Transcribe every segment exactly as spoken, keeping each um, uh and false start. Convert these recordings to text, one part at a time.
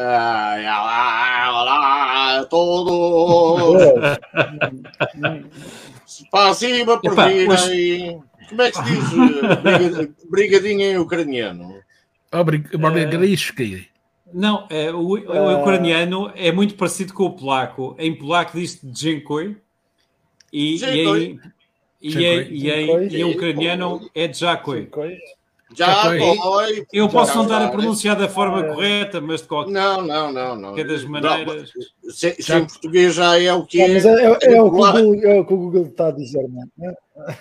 olá a todos. Para cima, por virem. Como é que se diz brigadinho, brigadinho em ucraniano? Brigadishki. Não, é, o, o ucraniano é muito parecido com o polaco. Em polaco diz Dziękuję e, e, em, e, em, e, em, e em ucraniano é Dziękuję. Já foi. Eu posso não estar a pronunciar da forma é. correta, mas de qualquer não, não, não, não. das maneiras. Não, se, se em português já é o que é. Mas é, é, é, o, que o Google, é o que o Google está a dizer, não é?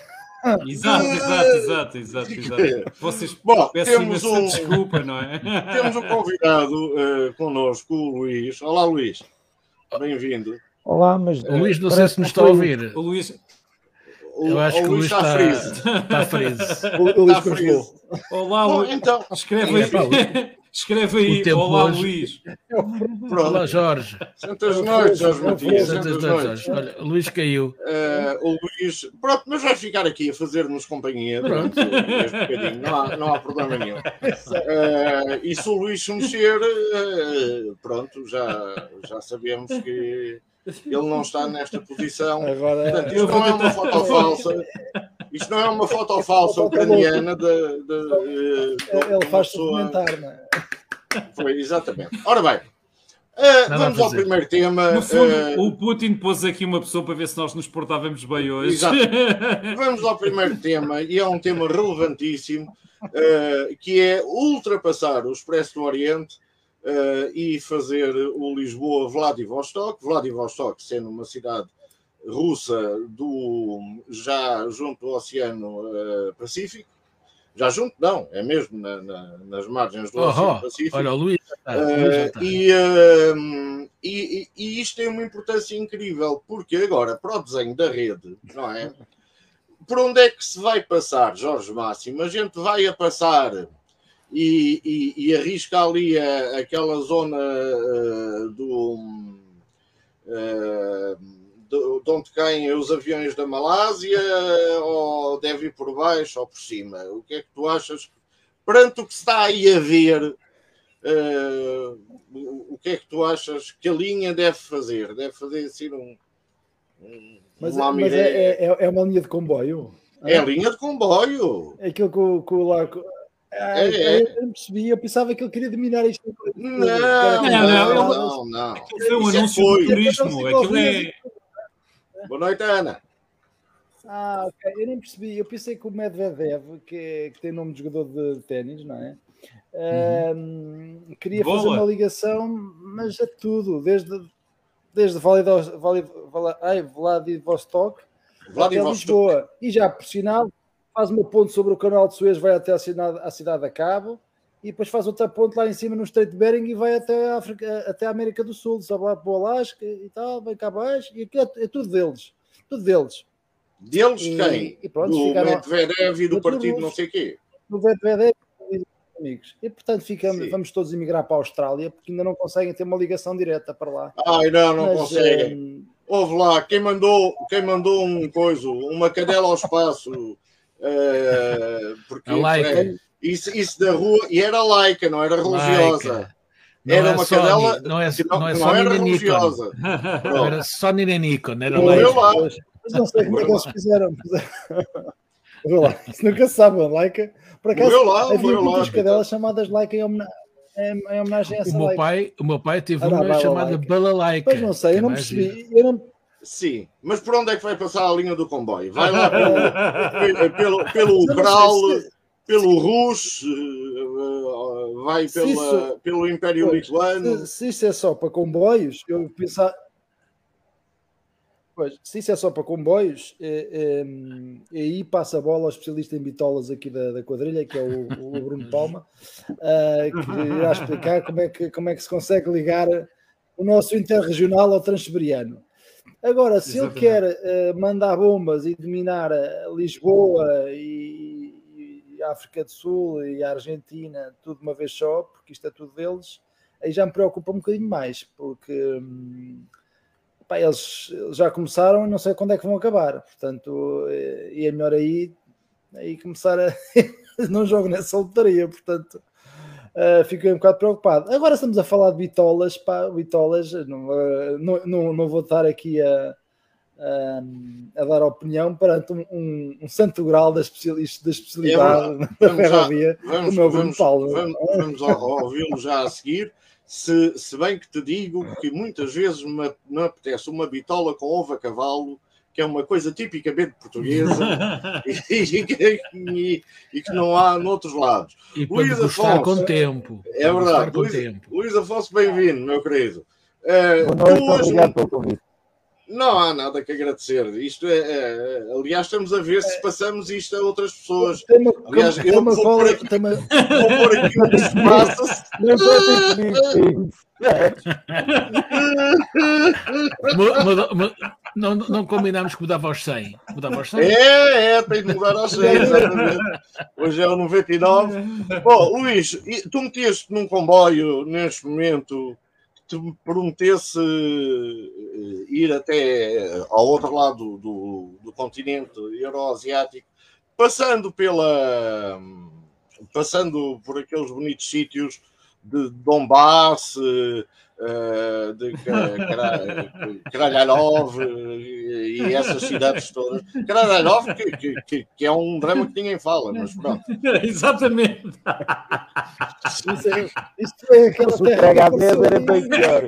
Exato, exato, exato, exato, exato. Vocês Bom, peçam temos um, desculpa, não é? Temos um convidado uh, connosco, o Luís. Olá, Luís. Bem-vindo. Olá, mas... O Luís, não sei se nos está a ouvir. O Luís... O, Eu acho o que o Luís está freeze. Está freeze. O, o Luís freeze. Olá, Bom, Luís. Então, escreve aí. Escreve aí. Olá, hoje... Luís. Pronto. Olá, Jorge. Santas noites, Jorge Matias. Santas noites. Olha, o Luís caiu. Uh, o Luís... Pronto, mas vai ficar aqui a fazer-nos companhia. Durante este bocadinho. Não há, não há problema nenhum. Uh, e se o Luís se mexer, uh, pronto, já, já sabemos que... Ele não está nesta posição. Agora, Portanto, isto não é uma foto falsa. Isto não é uma foto falsa ucraniana de, de, de, de ele faz pessoa... comentar, não é? Foi, exatamente. Ora bem, uh, vamos ao primeiro tema. No fundo, uh, o Putin pôs aqui uma pessoa para ver se nós nos portávamos bem hoje. Exato. Vamos ao primeiro tema, e é um tema relevantíssimo, uh, que é ultrapassar o Expresso do Oriente Uh, e fazer o Lisboa-Vladivostok, Vladivostok sendo uma cidade russa do, já junto ao Oceano uh, Pacífico, já junto não, é mesmo na, na, nas margens do oh, Oceano Pacífico. Olha, o Luís já está, uh, Luís já está. E, uh, e, e isto tem uma importância incrível, porque agora, para o desenho da rede, não é? Por onde é que se vai passar, Jorge Máximo? A gente vai a passar... E, e, e arrisca ali a, aquela zona uh, do, uh, do de onde caem os aviões da Malásia, ou deve ir por baixo ou por cima? O que é que tu achas? Perante o que se está aí a ver, uh, o, o que é que tu achas que a linha deve fazer? Deve fazer assim um... um mas uma mas é, é, é uma linha de comboio? É a linha de comboio. É aquilo que, que lá... Ah, é, é. Eu não percebi, eu pensava que ele queria dominar isto. Não, não, não, não, não. Aquilo foi um anúncio do turismo. Aquilo é... Boa noite, Ana. Ah, ok. Eu nem percebi. Eu pensei que o Medvedev, que, que tem nome de jogador de ténis, não é? Uhum. Uh, queria Boa. fazer uma ligação, mas é tudo, desde, desde Vladivostok até Lisboa. E já, por sinal, faz uma ponte sobre o canal de Suez, vai até a cidade, a cidade de Cabo, e depois faz outra ponte lá em cima no Estreito de Bering e vai até a, África, até a América do Sul, sabe lá para o Alasca e tal, vem cá abaixo, e aquilo é, é tudo deles. Tudo deles. Deles e, quem? E pronto, do Medvedev e do partido não sei o quê. Do Medvedev e dos amigos. E portanto ficamos, vamos todos emigrar para a Austrália, porque ainda não conseguem ter uma ligação direta para lá. Ai, não, não Mas, conseguem. Um... Houve lá, quem mandou, quem mandou um coisa, uma cadela ao espaço... Uh, porque é, isso, isso da rua, e era laica, não era religiosa. Não era é uma Sony, cadela não, é, que não, não, é não era religiosa. Não era só Nikon, era laica. Lá. Mas não sei como é que eles fizeram. Lá. Isso nunca se sabe, laica. Por acaso, lá, havia muitas cadelas chamadas laica em homenagem. Em homenagem a essa o meu laica. pai, o meu pai teve ah, uma não, chamada Balalaica. Pois não sei, eu não percebi. Eu não... Sim, mas por onde é que vai passar a linha do comboio? Vai lá pelo, pelo, pelo Ural, se... pelo Rus, vai pela, isso... pelo Império pois, Lituano. Se, se isso é só para comboios, eu pensar. Pois, se isso é só para comboios, é, é, aí passa a bola ao especialista em bitolas aqui da, da quadrilha, que é o, o Bruno Palma, uh, que irá explicar como é que, como é que se consegue ligar o nosso interregional ao Transiberiano. Agora, se Exatamente. ele quer uh, mandar bombas e dominar uh, Lisboa e, e a África do Sul e a Argentina, tudo de uma vez só, porque isto é tudo deles, aí já me preocupa um bocadinho mais, porque hum, pá, eles, eles já começaram e não sei quando é que vão acabar. Portanto, é, é melhor aí, aí começar a... não jogo nessa lotaria, portanto... uh, fiquei um bocado preocupado. Agora estamos a falar de bitolas, pá, bitolas, não, uh, não, não, não vou estar aqui a, a, a dar opinião perante um, um, um santo grau da, especialista, da especialidade é da ferrovia, vamos, como é o Bruno vamos, Paulo. Vamos, vamos ouvi-lo já a seguir, se, se bem que te digo que muitas vezes me, me apetece uma bitola com ovo a cavalo, que é uma coisa tipicamente portuguesa e, e, e, e que não há noutros lados. E Luís Afonso, com tempo. É verdade. Com Luís, tempo. Luís Afonso, bem-vindo, meu querido. Uh, Boa noite, obrigado pelo convite. Não há nada que agradecer. Isto é, é, aliás, estamos a ver se passamos isto a outras pessoas. Uma, aliás, eu uma vou, cola, pôr aqui, uma... vou pôr aqui um espaço. Não sei Não, não combinámos que mudava aos cem. Mudava aos cem? É, é, tem de mudar aos cem, exatamente. Hoje é o noventa e nove. Bom, Luís, tu meteste num comboio neste momento que te prometesse ir até ao outro lado do, do continente euroasiático, passando pela passando por aqueles bonitos sítios de Donbass, de Kralhalov e essas cidades todas. Kralhalov, que, que, que é um drama que ninguém fala, mas pronto. Exatamente. Isso é, isto é aquela terra que era bem pior.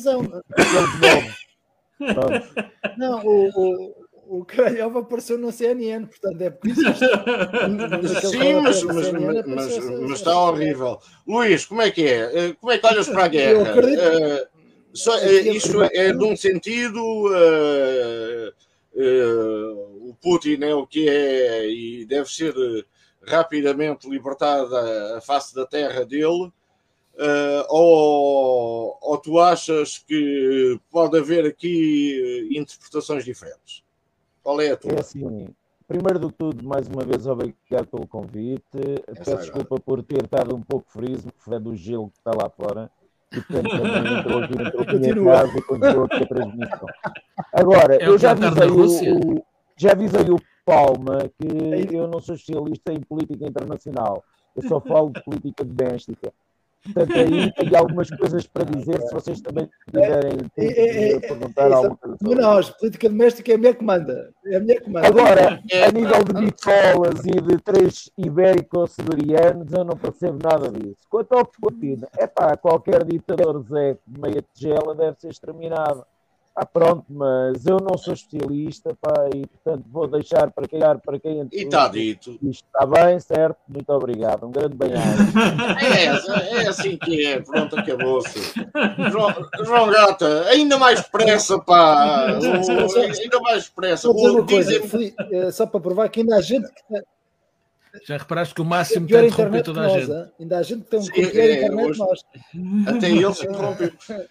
Não, o, o, o Kralhalov apareceu no C N N, portanto é por isso que sim, mas, mas, mas, mas, mas está horrível. Luís, como é que é? Como é que olhas para a guerra? Uh, só, uh, isto é de um sentido, uh, uh, o Putin é o que é e deve ser rapidamente libertada a face da terra dele. Uh, ou, ou tu achas que pode haver aqui interpretações diferentes? Qual é a tua? É assim, primeiro de tudo, mais uma vez, obrigado pelo convite. Essa Peço é desculpa por ter estado um pouco frio, porque é do gelo que está lá fora. E portanto também entrou aqui na minha casa e continuou aqui a transmissão. Agora, é eu já avisei o, o, já avisei o Palma que eu não sou especialista em política internacional. Eu só falo de política doméstica. Portanto, aí tenho algumas coisas para dizer, se vocês também quiserem é, é, é, perguntar é, alguma coisa. Mas nós, política doméstica é a minha comanda. É a minha comanda. Agora, a nível de bitolas e de três ibérico-siberianos, eu não percebo nada disso. Quanto ao Putin, é pá, qualquer ditador Zé de meia tigela deve ser exterminado. Ah, pronto, mas eu não sou especialista, pá, e portanto vou deixar para quem, para quem e está dito. Isto está bem, certo? Muito obrigado. Um grande bem-aja. É, é assim que é, pronto, acabou-se. João, João Gata, ainda mais pressa, pá. Ainda mais pressa. Vou dizer uma coisa, fui, só para provar que ainda há gente que. Já reparaste que o máximo tem de interromper toda a gente. Nós, ainda há gente que tem um pior é, internet hoje, nós. Até ele se interrompeu.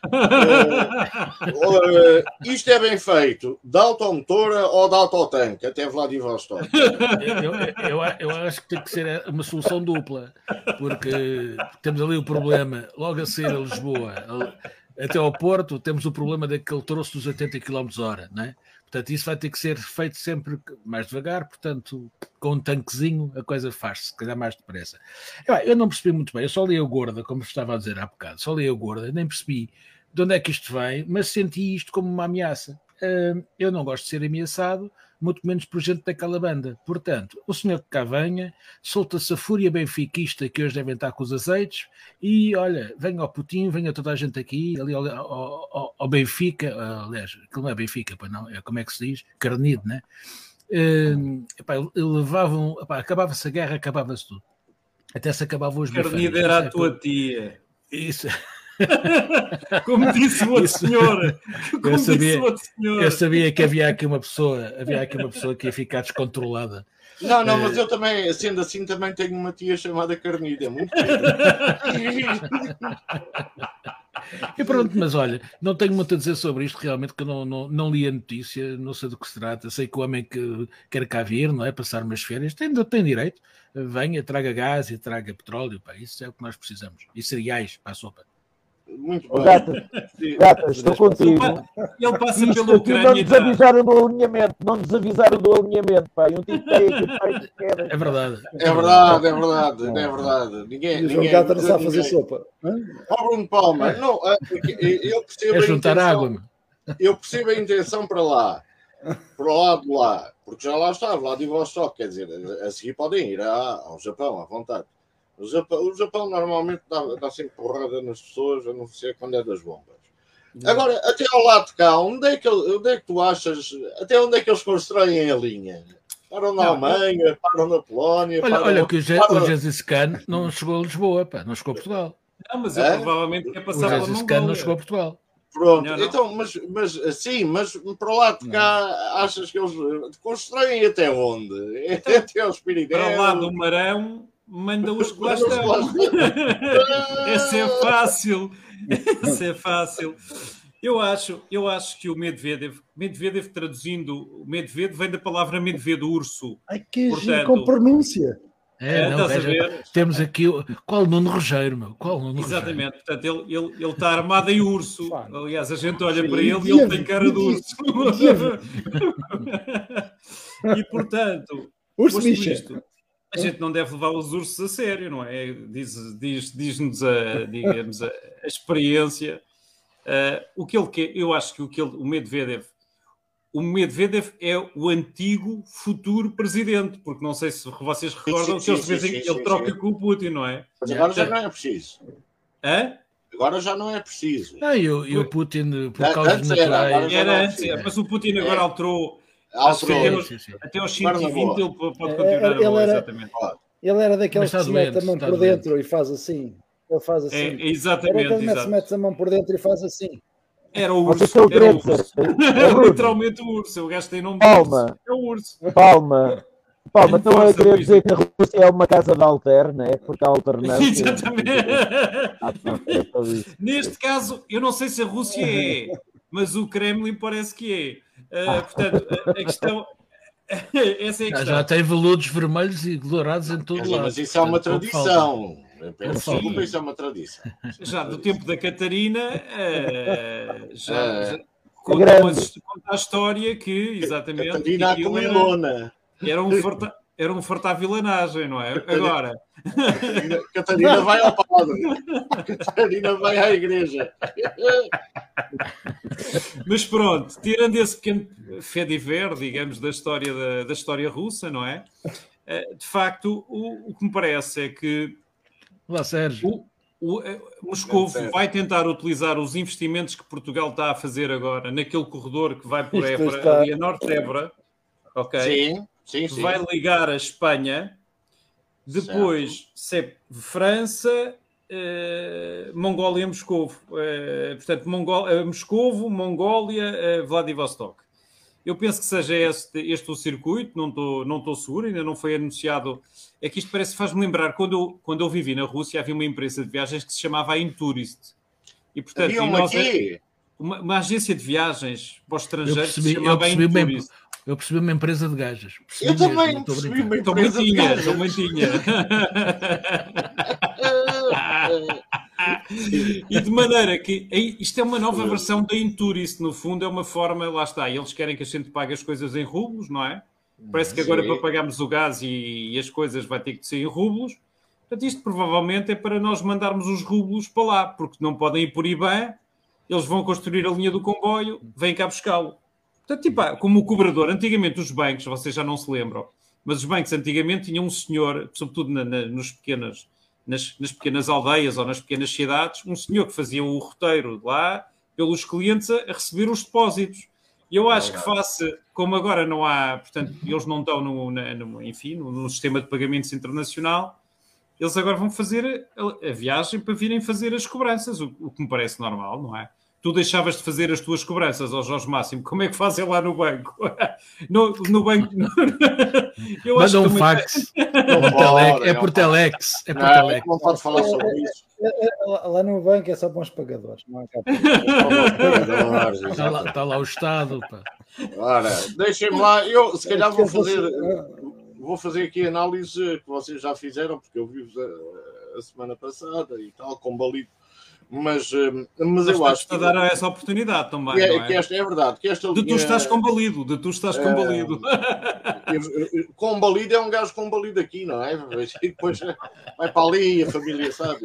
uh, uh, isto é bem feito. De automotora ou de autotanque? Até Vladivostok. Eu, eu, eu, eu acho que tem que ser uma solução dupla. Porque temos ali o problema, logo a sair a Lisboa, até ao Porto, temos o problema daquele troço dos oitenta quilómetros por hora, não é? Portanto, isso vai ter que ser feito sempre mais devagar, portanto, com um tanquezinho a coisa faz-se, se calhar mais depressa. Eu, eu não percebi muito bem, eu só li a gorda, como estava a dizer há bocado, só li a gorda, nem percebi de onde é que isto vem, mas senti isto como uma ameaça. Uh, eu não gosto de ser ameaçado, muito menos por gente daquela banda. Portanto, o senhor que cá venha, solta-se a fúria benfiquista que hoje devem estar com os azeites e, olha, venha ao Putin, venha toda a gente aqui, ali ao, ao, ao Benfica, aliás, aquilo não é Benfica, pois não, é como é que se diz? Carnido, né? Uh, epá, levavam, epá, acabava-se a guerra, acabava-se tudo. Até se acabavam os bifeiros. Carnido era a tua tia. Isso... Como disse o outro Isso. senhor. Como Eu sabia, disse o outro senhor. Eu sabia que havia aqui uma pessoa, havia aqui uma pessoa que ia ficar descontrolada. Não, não, mas eu também, sendo assim, também tenho uma tia chamada Carnida. É muito E pronto, mas olha, não tenho muito a dizer sobre isto, realmente, que eu não, não, não li a notícia, não sei do que se trata. Sei que o homem que quer cá vir, não é? Passar umas férias, tem, tem direito. Venha, traga gás e traga petróleo, pá, isso é o que nós precisamos. E cereais para a sopa. Muito bem. Gata, gata, estou contigo. Ele passa Isto pela aqui não Ucrânia. nos avisaram do alinhamento, não nos avisaram do alinhamento, pá. E um tipo que aqui, pá, que quer. É verdade. É verdade, é verdade, é verdade. Ninguém, E o João ninguém, Gata não sabe fazer sopa. Ó Bruno Palma, não, eu percebo É a juntar intenção, água, meu. eu percebo a intenção para lá, para o lado de lá, porque já lá está, Vladivostok, quer dizer, a seguir podem ir ao Japão, à vontade. O Japão, o Japão normalmente dá, dá sempre porrada nas pessoas, a não ser quando é das bombas. Agora, até ao lado de cá, onde é que, onde é que tu achas, até onde é que eles constroem a linha? Param na não, Alemanha, eu... param na Polónia. Olha, param, olha que o, param... o Gengis Khan não chegou a Lisboa, pá, não chegou a Portugal. Não, mas eu é? provavelmente quer passar pela Gengis Khan não chegou a Portugal. Pronto, não, não. então, mas, mas sim, mas para o lado de cá, não. achas que eles constroem até onde? Então, até aos Pirineus? Para lá do Marão, manda os que lá estão. Esse é fácil. Esse é fácil. Eu acho, eu acho que o Medvedev, Medvedev traduzindo, Medvedev vem da palavra Medvedev, urso. Ai, que Portanto, com pronúncia. É, não, veja, temos aqui o... Qual o Nuno Rogério, meu? Qual o Nuno Exatamente, Rogério? Portanto, ele, ele, ele está armado em urso. Aliás, a gente olha para ele e ele tem cara de urso. E, portanto, urso isto, a gente não deve levar os ursos a sério, não é? Diz-nos diz, diz a, digamos, a, a experiência. Uh, o que ele quer, eu acho que o que ele, o Medvedev, o Medvedev é o antigo futuro presidente, porque não sei se vocês recordam sim, sim, que eles sim, sim, ele sim, troca sim. com o Putin, não é? Mas agora já não é preciso. Hã? Agora já não é preciso. Ah, e, o, e o Putin, por causas naturais... Era antes, é, mas o Putin agora é. alterou... Alterou. Até, os, sim, sim. até aos cento e vinte ele pode continuar ele, a boa, era, exatamente. Ele era daqueles que se mete a mão por dentro doente. E faz assim. Ele faz assim. É, exatamente. Ele se mete a mão por dentro e faz assim. Era o urso. Era o urso. Era literalmente o urso. O gajo tem nome de Palma. É o urso. Palma. Palma, então eu queria dizer que a Rússia é uma casa de alterna, é? Porque a alternância... Exatamente. Neste caso, eu não sei se a Rússia é, mas o Kremlin parece que é. Uh, portanto, a questão... Essa é a questão. Já tem veludos vermelhos e dourados em todo lado. Mas isso é uma tradição. Desculpa, isso é uma tradição. Já do tempo da Catarina, uh, já, já conta, conta a história que, exatamente... Catarina que Comilona. Era um farta, era um farta vilanagem, não é? Catarina, agora. Catarina, Catarina vai ao padre. Catarina vai à igreja. Mas pronto, tirando esse pequeno fait divers, digamos, da história, da, da história russa, não é? De facto, o, o que me parece é que Olá, Sérgio. O, o, Moscovo vai tentar utilizar os investimentos que Portugal está a fazer agora naquele corredor que vai por Évora, está... ali a Norte de Évora, ok? Sim. Sim, sim. Vai ligar a Espanha, depois se França, eh, Mongólia e Moscovo. Eh, portanto, Mongó eh, Moscovo, Mongólia, eh, Vladivostok. Eu penso que seja este, este o circuito, não estou não estou seguro, ainda não foi anunciado. É que isto parece, faz-me lembrar, quando eu, quando eu vivi na Rússia, havia uma empresa de viagens que se chamava Intourist. E, portanto, havia uma, nós, é, uma, uma agência de viagens para os estrangeiros percebi, que se chamava Intourist. Eu percebi uma empresa de gajas. Percebi eu mesmo, também percebi uma empresa também tinha, também tinha. E de maneira que isto é uma nova versão da Intourist, no fundo é uma forma, lá está, eles querem que a gente pague as coisas em rublos, não é? Parece que agora Sim. para pagarmos o gás e, e as coisas vai ter que ser em rublos. Portanto, isto provavelmente é para nós mandarmos os rublos para lá, porque não podem ir por I B A N, eles vão construir a linha do comboio, vêm cá buscá-lo. Portanto, tipo, como o cobrador, antigamente os bancos, vocês já não se lembram, mas os bancos antigamente tinham um senhor, sobretudo na, na, nos pequenas, nas, nas pequenas aldeias ou nas pequenas cidades, um senhor que fazia o roteiro lá pelos clientes a, a receber os depósitos. E eu acho que face, como agora não há, portanto, eles não estão no, na, no, enfim, no, no sistema de pagamentos internacional, eles agora vão fazer a, a viagem para virem fazer as cobranças, o, o que me parece normal, não é? Tu deixavas de fazer as tuas cobranças ao Jorge Máximo, como é que fazem lá no banco? No, no banco... Eu Manda um fax. É, tele... é por telex. É por telex. Não pode falar sobre isso. Lá no banco é só para os pagadores. Não é está, lá, está lá o Estado. Pá. Ora, deixem-me lá. Eu, se calhar, vou fazer, vou fazer aqui a análise que vocês já fizeram, porque eu vi-vos a, a semana passada e tal, com balido. Mas, mas eu acho que... dar essa oportunidade também, que, é, não é? Que esta é verdade. Que esta de linha, tu estás combalido, de tu estás combalido. Uh, combalido é um gajo combalido aqui, não é? E depois vai para ali, a família sabe.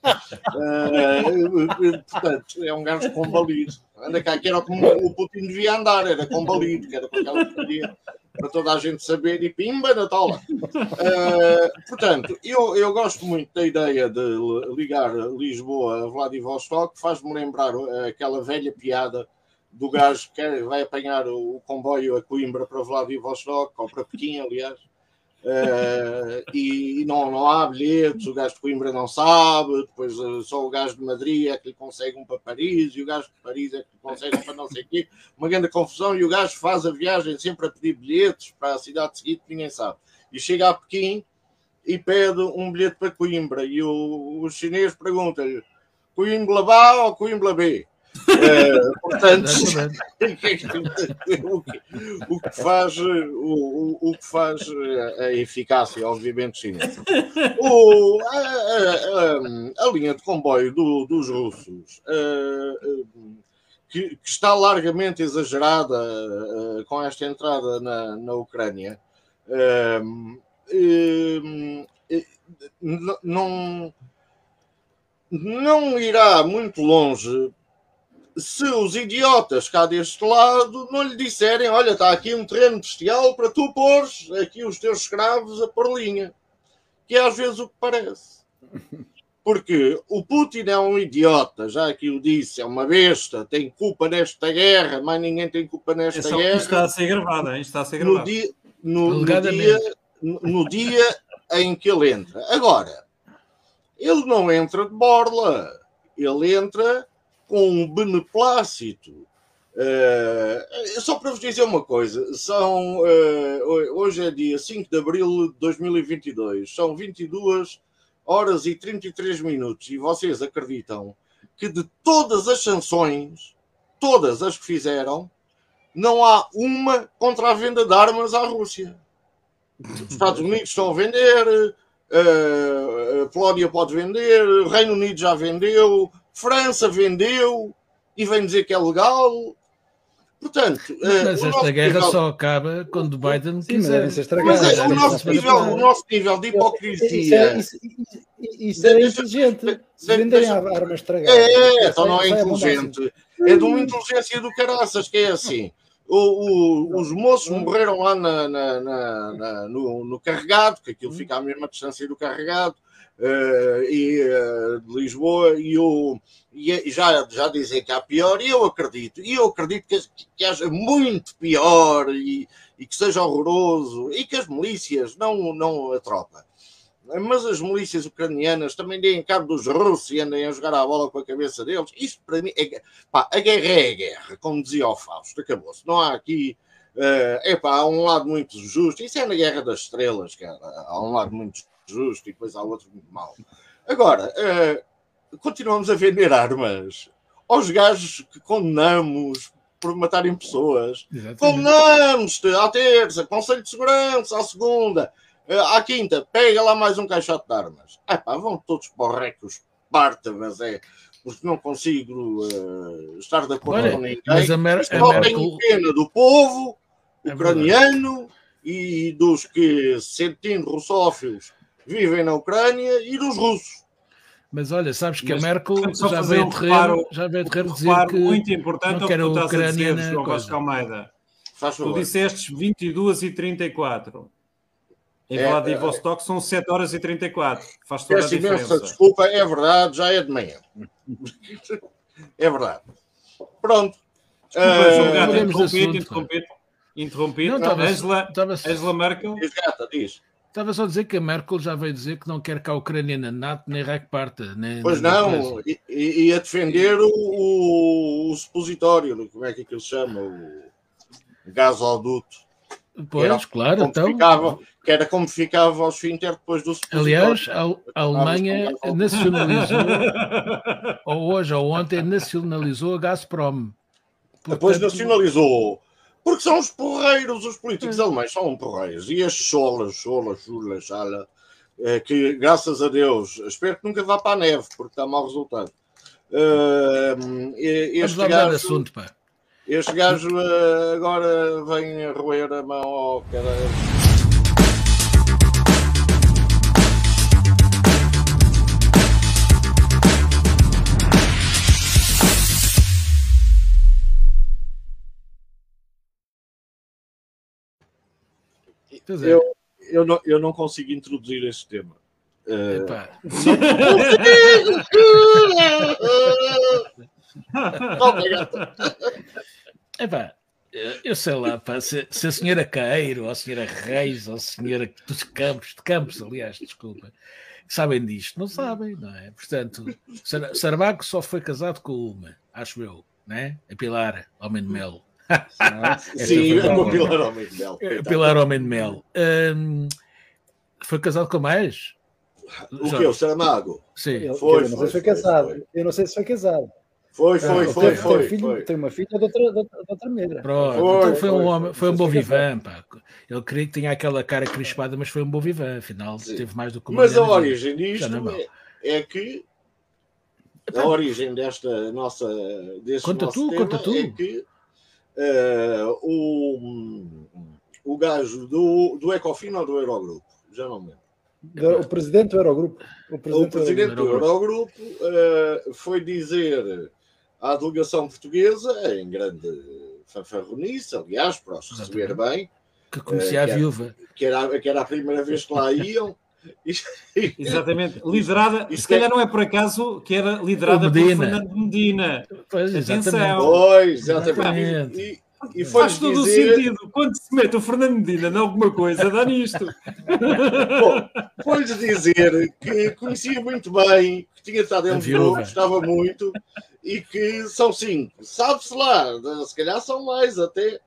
Uh, portanto, é um gajo combalido. Anda cá, que era como o Putin devia andar, era combalido, que era com aquela porcaria para toda a gente saber, e pimba na tola. Uh, portanto, eu, eu gosto muito da ideia de ligar Lisboa a Vladivostok, faz-me lembrar aquela velha piada do gajo que vai apanhar o comboio a Coimbra para Vladivostok, ou para Pequim, aliás, uh, e, e não, não há bilhetes, o gajo de Coimbra não sabe, depois uh, só o gajo de Madrid é que lhe consegue um para Paris, e o gajo de Paris é que lhe consegue um para não sei o quê, uma grande confusão, e o gajo faz a viagem sempre a pedir bilhetes para a cidade seguinte, ninguém sabe. E chega a Pequim e pede um bilhete para Coimbra, e o, o chinês pergunta-lhe, Coimbra A ou Coimbra B? Uh, portanto, o, que, o que faz o, o que faz a eficácia, obviamente, chinesa. O, a, a, a linha de comboio do, dos russos, uh, que, que está largamente exagerada uh, com esta entrada na, na Ucrânia, uh, uh, uh, não, não irá muito longe se os idiotas cá deste lado não lhe disserem, olha, está aqui um terreno bestial para tu pôres aqui os teus escravos a pôr linha. Que é às vezes o que parece. Porque o Putin é um idiota, já aqui o disse, é uma besta, tem culpa nesta guerra, mas ninguém tem culpa nesta é só guerra. Isto está a ser gravado, hein? Está a ser gravado. No dia, no, no, dia, no dia em que ele entra. Agora, ele não entra de borla, ele entra com um beneplácito. Uh, só para vos dizer uma coisa, são, uh, hoje é dia cinco de abril de dois mil e vinte e dois, são vinte e duas horas e trinta e três minutos, e vocês acreditam que de todas as sanções, todas as que fizeram, não há uma contra a venda de armas à Rússia. Os Estados Unidos estão a vender, uh, a Polónia pode vender, o Reino Unido já vendeu, França vendeu e vem dizer que é legal. Portanto, mas uh, esta guerra nível... só acaba quando Biden Sim, quiser. Mas, mas é, o, nosso nível, o nosso nível de hipocrisia. Isso, isso, isso, isso é inteligente. Se venderem armas estragadas. É, então não é inteligente. É de uma inteligência do caraças, que é assim. O, o, os moços morreram lá na, na, na, na, no, no carregado, que aquilo fica à mesma distância do carregado. Uh, e, uh, de Lisboa e, eu, e já, já dizem que há pior, e eu acredito, e eu acredito que, que haja muito pior e, e que seja horroroso, e que as milícias, não, não a tropa, mas as milícias ucranianas também deem cabo dos russos e andem a jogar a bola com a cabeça deles. Isto para mim é, pá, a guerra é a guerra, como dizia o Fausto, acabou-se, não há aqui uh, é pá, há um lado muito justo, isso é na Guerra das Estrelas, cara, há um lado muito justo e depois há outro muito mau. Agora, uh, continuamos a vender armas aos gajos que condenamos por matarem pessoas. Condenamos-te à terça, Conselho de Segurança, à segunda, uh, à quinta, pega lá mais um caixote de armas. Ah, pá, vão todos para o recos, pártagas, é, porque não consigo uh, estar de acordo Olha, com ninguém. Mas a Mer Só a tenho Merkel... pena do povo é ucraniano e dos que, sentindo russófilos, vivem na Ucrânia e dos russos. Mas olha, sabes que Mas, a Merkel já um veio de remo, já veio de remo dizer que muito importante não quer a o que tu estás a Ucrânia dizer, na João coisa. Vasco Almeida. Faz Tu favor. disseste vinte e duas e trinta e quatro. Em É, Vladivostok são sete horas e trinta e quatro. Faz toda a Peço imensa diferença. desculpa, é verdade, já é de manhã. É verdade. Pronto. Desculpa, João Uh, Gato, mudemos de interrompido, assunto, interrompido. Interrompido. Não, estava- Angela, estava- Angela Merkel. diz, gata, diz. Estava só a dizer que a Merkel já veio dizer que não quer que a Ucrânia na NATO nem Reich-Parta. Nem, Pois nem não, e, e, e a defender o, o, o supositório, como é que aquilo se chama? O gasoduto. Pois, Era claro, como então. ficava, que era como ficava ao esfínter depois do supositório. Aliás, a, a Alemanha nacionalizou, ou hoje ou ontem, nacionalizou a Gazprom. Depois Portanto, nacionalizou. Porque são os porreiros, os políticos alemães são porreiros. E as cholas, cholas, cholas, chala, que graças a Deus, espero que nunca vá para a neve, porque dá mau resultado. Uh, este Vamos gajo, assunto, pá. Este gajo uh, agora vem a roer a mão ao caralho. É. Eu, eu, não, eu não consigo introduzir este tema. Uh... Epá. Epá, eu sei lá, pá, se, se a senhora Caeiro, ou a senhora Reis, ou a senhora dos Campos, de Campos, aliás, desculpa, sabem disto, não sabem, não é? Portanto, Sarbaco só foi casado com uma, acho eu, né? A Pilar Homem de Mel. Ah, sim, é uma Pilar Homem de Mel. Pilar Homem de Mel. Um, foi casado com mais? O que? O Saramago? Sim. Ele, foi, eu não foi, sei se foi foi, casado. foi. Eu não sei se foi casado. Foi, foi, ah, foi, tem, foi, tem, filho, foi. Tem uma filha de outra, de outra, de outra maneira. Pronto, foi, então foi, foi, um homem, foi um bom vivan, casado. pá. Ele queria que tinha aquela cara crispada, mas foi um bom vivan, afinal sim. Teve mais do que uma. Mas a origem disto é, é que Epá. a origem desta nossa deste conta nosso tu, tema conta tu. é que uh, o, o gajo do, do Ecofin ou do Eurogrupo, já não me lembro. O presidente do Eurogrupo. O presidente, o presidente do Eurogrupo, do Eurogrupo uh, foi dizer à delegação portuguesa, em grande fanfarronice, aliás, para os receber bem, que conhecia uh, a que viúva. Era, que, era, que era a primeira vez que lá iam. Exatamente, liderada, e se calhar não é por acaso que era liderada por Fernando Medina. Pois, atenção. Pois, exatamente. E, e, e faz todo dizer... o sentido. Quando se mete o Fernando Medina em alguma coisa, dá nisto. Bom, foi-lhes dizer que conhecia muito bem, que tinha estado dentro do grupo, gostava muito, e que são cinco. Sabe-se lá, se calhar são mais até.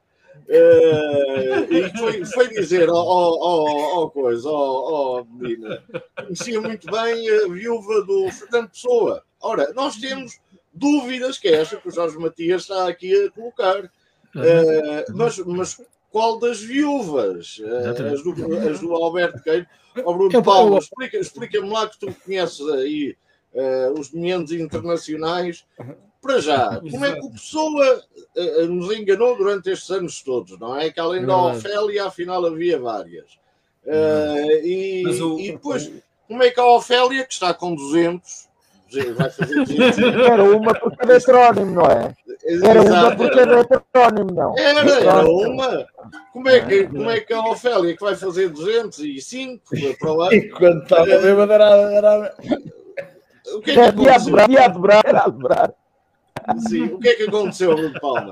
Uh, e foi, foi dizer ao, ao, ao, ao coisa, ao, ao Medina, conhecia muito bem a viúva do Fernando Pessoa. Ora, nós temos dúvidas que é esta que o Jorge Matias está aqui a colocar. Uh, mas, mas qual das viúvas? Uh, as, do, as do Alberto Queiro? Ó Bruno Paulo, explica, explica-me lá que tu conheces aí uh, os meandros internacionais. Para já, como é que o Pessoa uh, nos enganou durante estes anos todos, não é? Que além da Ofélia, afinal havia várias. Uh, e, o... e depois, como é que a Ofélia, que está com duzentos, vai fazer duzentos... Era uma por cada heterónimo, não é? Era Exato. uma por cada heterónimo, não. Era, era uma. Como é, que, como é que a Ofélia, que vai fazer duzentos e cinco para o ano... E quando estava bêbada era... O que é que aconteceu? Ia a dobrar, era a dobrar. Sim, o que é que aconteceu, Bruno Palma?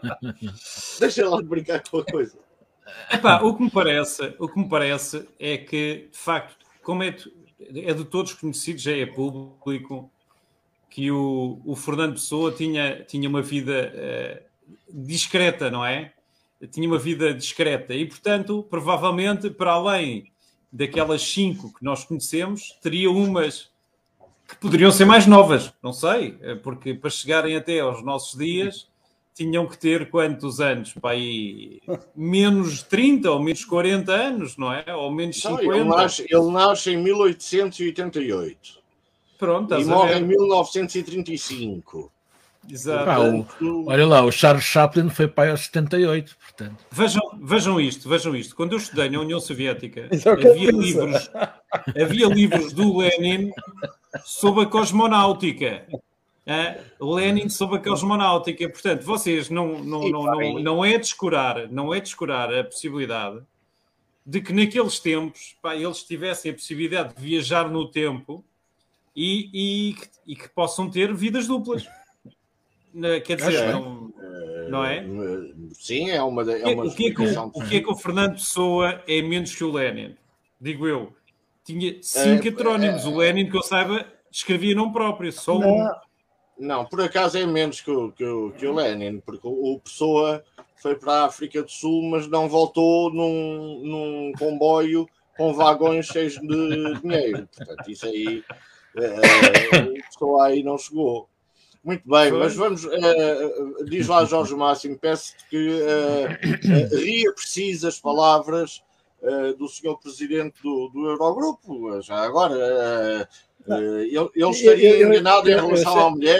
Deixa lá de brincar com a coisa. Epá, o que me parece, o que me parece é que, de facto, como é, é de todos conhecido, já é público, que o, o Fernando Pessoa tinha, tinha uma vida uh, discreta, não é? Tinha uma vida discreta e, portanto, provavelmente, para além daquelas cinco que nós conhecemos, teria umas que poderiam ser mais novas, não sei, porque para chegarem até aos nossos dias tinham que ter quantos anos? Para aí, menos trinta ou menos quarenta anos, não é? Ou menos cinquenta. Não, ele, nasce, ele nasce em mil oitocentos e oitenta e oito. Pronto, e morre em mil novecentos e trinta e cinco. Exato. Pá, o, olha lá, o Charles Chaplin foi pai aos setenta e oito, portanto. Vejam, vejam isto, vejam isto. Quando eu estudei na União Soviética, havia livros, havia livros do Lenin sobre a cosmonáutica. Ah, Lenin sobre a cosmonáutica. Portanto, vocês não, não, não, não, não é descurar, não é descurar a possibilidade de que naqueles tempos, pá, eles tivessem a possibilidade de viajar no tempo e, e, e que possam ter vidas duplas. Quer dizer, não, não é? Sim, é uma, é uma o, que é que o, o que é que o Fernando Pessoa é menos que o Lenin? Digo eu. Tinha cinco é, heterónimos. É, o Lenin, que eu saiba, escrevia nome próprio. Só não, um. Não, por acaso é menos que o, que o, que o Lenin, porque o Pessoa foi para a África do Sul, mas não voltou num, num comboio com vagões cheios de dinheiro. Portanto, isso aí, é, o Pessoa aí não chegou. Muito bem, Foi. mas vamos, uh, diz lá Jorge Máximo, peço-te que uh, uh, reaprecies as palavras uh, do senhor Presidente do, do Eurogrupo, já agora, uh, Ele, ele estaria eu, eu, enganado eu, eu, em relação à mulher?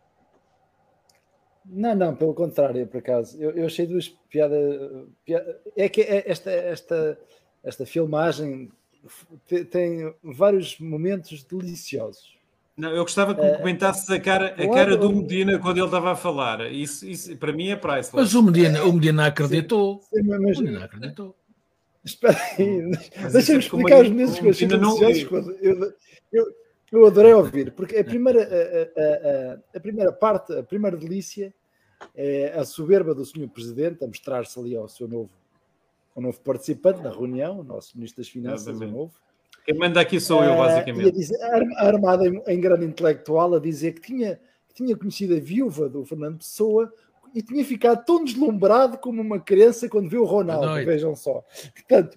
Não, não, pelo contrário, por acaso. Eu, eu achei duas piadas. Piada, é que esta, esta, esta filmagem tem vários momentos deliciosos. Não, eu gostava que me comentasses a cara, a cara do Medina quando ele estava a falar. Isso, isso para mim é priceless. Mas o Medina, o Medina acreditou. Sim, sim, mas... O Medina acreditou. Espera aí, deixa-me explicar os meus que eu achei deliciosos. Eu, eu, eu adorei ouvir, porque a primeira, a, a, a, a primeira parte, a primeira delícia é a soberba do senhor Presidente a mostrar-se ali ao seu novo, ao novo participante da reunião, o nosso Ministro das Finanças, o novo. Quem manda aqui sou eu, basicamente. Uh, dizer, armada em, em grande intelectual, a dizer que tinha, que tinha conhecido a viúva do Fernando Pessoa e tinha ficado tão deslumbrado como uma criança quando viu o Ronaldo. Vejam só. Portanto,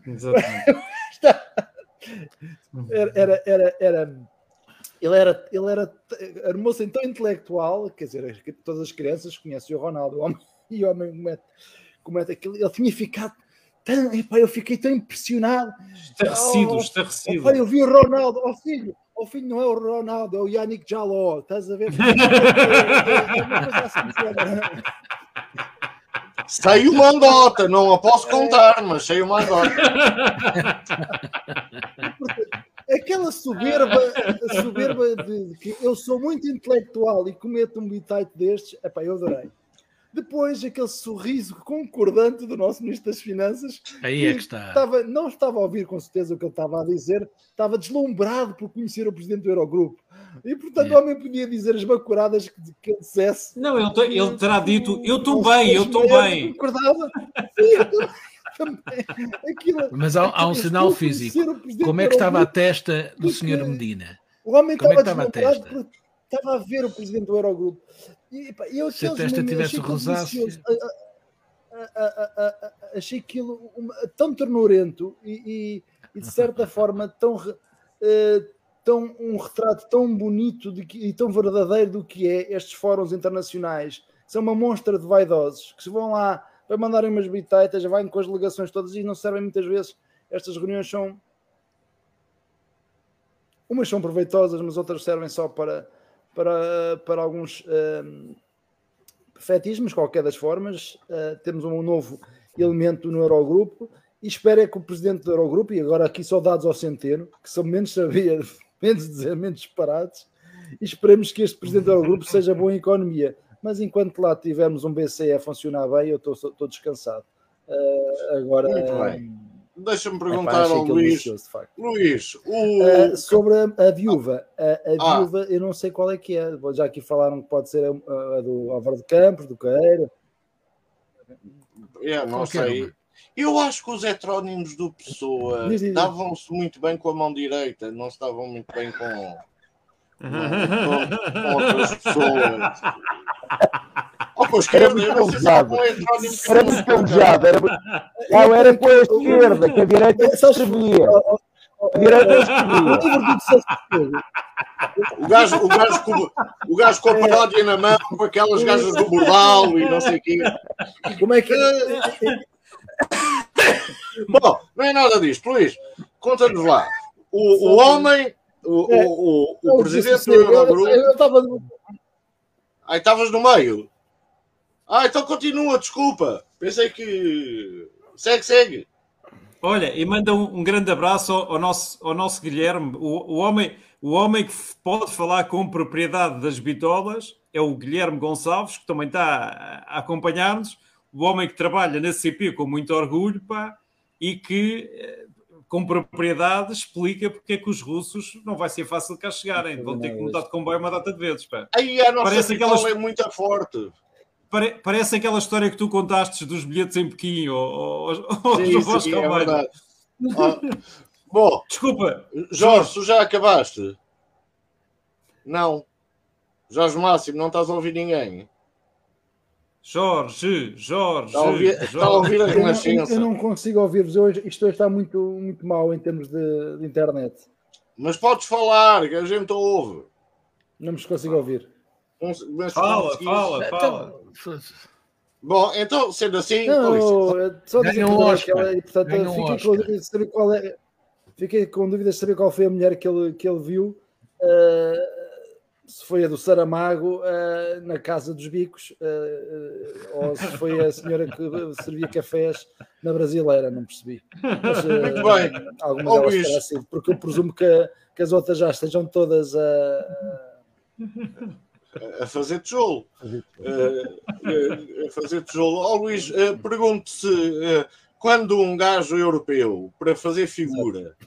era, era, era, era, ele era, ele era armou-se em tão intelectual, quer dizer, todas as crianças conhecem o Ronaldo, o homem, e o homem comete, comete aquilo, ele tinha ficado. Tão, epá, eu fiquei tão impressionado. Estarrecido, oh, estarrecido. Epá, eu vi o Ronaldo, ó oh, filho, ó oh, filho, não é o Ronaldo, é o Yannick Jaló, estás a ver? É uma coisa assim. Saiu uma andota, não a posso contar, mas saiu uma andota. Aquela soberba, a soberba de que eu sou muito intelectual e cometo um bitite destes, epá, eu adorei. Depois, aquele sorriso concordante do nosso Ministro das Finanças. Aí que é que está. Estava, não estava a ouvir com certeza o que ele estava a dizer, estava deslumbrado por conhecer o Presidente do Eurogrupo. E, portanto, é. o homem podia dizer as bacuradas que, que ele dissesse. Não, ele, ele terá dito, eu estou bem, eu estou bem. Concordava. Sim, também. Aquilo, Mas há, há um sinal físico. Como é que estava a testa do senhor Medina? O homem Como estava é deslumbrado porque estava a ver o Presidente do Eurogrupo. E, pá, eu, se a testa tivesse o rosáceo, achei aquilo uma, tão ternurento e, e, e de certa forma tão, uh, tão um retrato tão bonito de que, e tão verdadeiro do que é estes fóruns internacionais, que são uma monstra de vaidosos, que se vão lá para mandarem umas bitaitas, já vêm com as delegações todas e não servem muitas vezes. Estas reuniões são umas são proveitosas, mas outras servem só para Para, para alguns uh, fetismos, qualquer das formas. Uh, temos um novo elemento no Eurogrupo e espero é que o Presidente do Eurogrupo, e agora aqui só dados ao centeno, que são menos sabia, menos dizer, menos disparados, e esperemos que este Presidente do Eurogrupo seja bom em economia. Mas enquanto lá tivermos um B C E a funcionar bem, eu estou descansado. Uh, agora... Muito bem. Deixa-me perguntar é, pá, ao Luís, Luís o... uh, sobre a, a viúva. A, a ah. viúva, eu não sei qual é que é. Já aqui falaram que pode ser a, a do Álvaro de Campos, do Caeiro. É, não sei. Eu acho que os heterónimos do Pessoa davam-se muito bem com a mão direita, não se davam muito bem com, com, com outras pessoas. Oh, com a esquerda, eu não sei se era com heterónimos. Era muito calejado. Era... Não, era com a esquerda, que a direita escrevia. A direita escrevia. O gajo, o, gajo com, o gajo com a paródia na mão, com aquelas gajas do bordal e não sei o quê. Como é que Bom, não é nada disto. Luís, conta-nos lá. O, o homem, o, o, o, o presidente do Eurogrupo. Eu estava. Aí estavas no meio. Ah, então continua, desculpa. Pensei que... Segue, segue. Olha, e manda um, um grande abraço ao, ao, nosso, ao nosso Guilherme. O, o, homem, o homem que pode falar com propriedade das bitolas é o Guilherme Gonçalves, que também está a, a acompanhar-nos. O homem que trabalha na C P com muito orgulho, pá, e que, com propriedade, explica porque é que os russos não vai ser fácil cá chegarem. Vão ter que mudar de comboio uma data de vezes, pá. Aí a nossa Parece bitola aquelas... é muito forte. Parece aquela história que tu contaste dos bilhetes em Pequim ou, ou sim, ou sim, é verdade. Ah, bom, desculpa, Jorge, tu já acabaste? Não. Jorge Máximo, não estás a ouvir ninguém? Jorge, Jorge, está a ouvir, Jorge. Está a, ouvir a Renascença. Eu, eu não consigo ouvir-vos hoje. Isto hoje está muito, muito mal em termos de, de internet. Mas podes falar, que a gente ouve. Não me consigo ouvir. Mas fala, fala, fala. Bom, então, sendo assim, não, só dizer que ela, e, portanto, fiquei com dúvidas de saber qual é. Fiquei com dúvidas de saber qual foi a mulher que ele, que ele viu. uh, se foi a do Saramago uh, na Casa dos Bicos, uh, uh, ou se foi a senhora que servia cafés na Brasileira, não percebi. Mas, uh, Muito bem. Alguma delas terá sido, porque eu presumo que, que as outras já estejam todas a... a fazer tijolo. A fazer tijolo. Ó, Luís, pergunto-se, quando um gajo europeu, para fazer figura,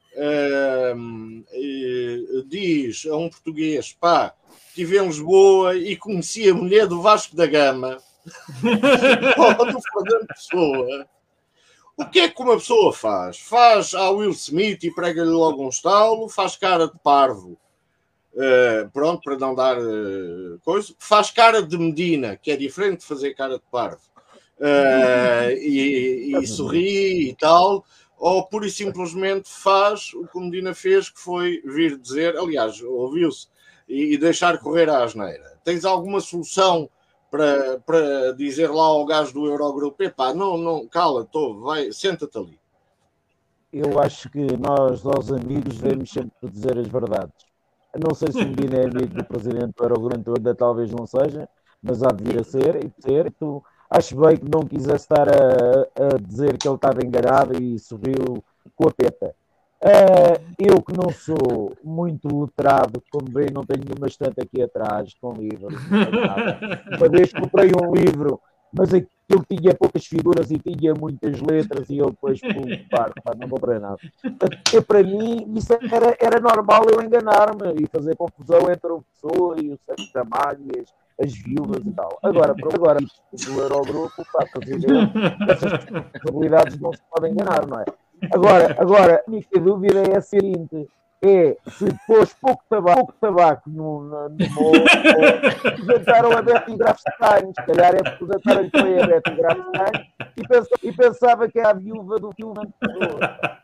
diz a um português, pá, estive em Lisboa e conheci a mulher do Vasco da Gama, ou do Fernando Pessoa, o que é que uma pessoa faz? Faz ao Will Smith e prega-lhe logo um estalo, faz cara de parvo, Uh, pronto, para não dar uh, coisa, faz cara de Medina, que é diferente de fazer cara de parvo, uh, e, e sorri e tal, ou pura e simplesmente faz o que o Medina fez, que foi vir dizer, aliás, ouviu-se, e, e deixar correr a asneira. Tens alguma solução para, para dizer lá ao gajo do Eurogrupo, epá, não, não, cala, tô, vai, senta-te ali. Eu acho que nós, aos amigos, devemos sempre dizer as verdades. Não sei se o Medina é amigo do presidente do Eurogrupo, ainda talvez não seja, mas há de vir a ser. E ser. Tu, acho bem que não quisesse estar a, a dizer que ele estava enganado e sorriu com a peta. Uh, eu que não sou muito letrado, como bem, não tenho nenhuma estante aqui atrás com livros. Uma vez comprei um livro, mas aquilo tinha poucas figuras e tinha muitas letras e eu depois pum, pá, pá, não comprei nada. Porque para mim isso era, era normal eu enganar-me e fazer confusão entre a pessoa e o Sérgio Ramalho e as, as viúvas e tal. Agora, por agora, o Eurogrupo, pá, essas responsabilidades não se podem enganar, não é? Agora, agora, a única dúvida é a seguinte: é se pôs pouco tabaco, pouco tabaco no, no, no bolo, apresentaram a Betty Grafstein, se calhar é porque apresentaram que foi a Betty Grafstein e, pensa, e pensava que era a viúva do filme anterior.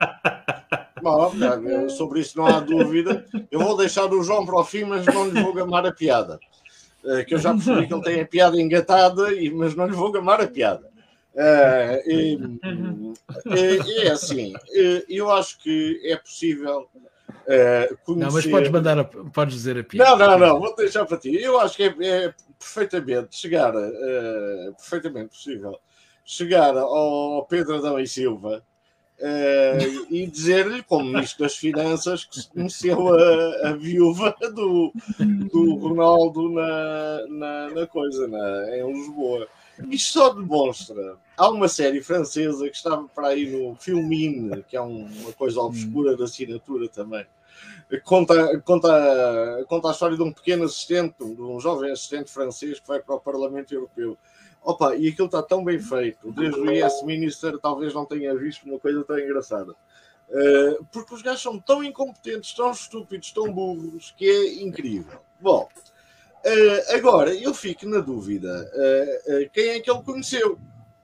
Bom, sobre isso não há dúvida. Eu vou deixar o João para o fim, mas não lhe vou gamar a piada. Que eu já percebi que ele tem a piada engatada, mas não lhe vou gamar a piada. Uh, e, e, é assim, eu acho que é possível uh, conhecer... Não, mas podes mandar a, podes dizer a piada. Não, não, não, vou deixar para ti. Eu acho que é, é perfeitamente chegar, uh, perfeitamente possível chegar ao Pedro Adão e Silva uh, e dizer-lhe, como Ministro das Finanças, que se conheceu a, a viúva do, do Ronaldo na, na, na coisa, na, em Lisboa. Isto só demonstra. Há uma série francesa que estava para aí no Filmine, que é um, uma coisa obscura de assinatura também. Conta, conta, conta a história de um pequeno assistente, de um jovem assistente francês que vai para o Parlamento Europeu. Opa, e aquilo está tão bem feito. Desde o Yes Minister talvez não tenha visto uma coisa tão engraçada. Uh, porque os gajos são tão incompetentes, tão estúpidos, tão burros, que é incrível. Bom, Uh, agora, eu fico na dúvida, uh, uh, quem é que ele conheceu?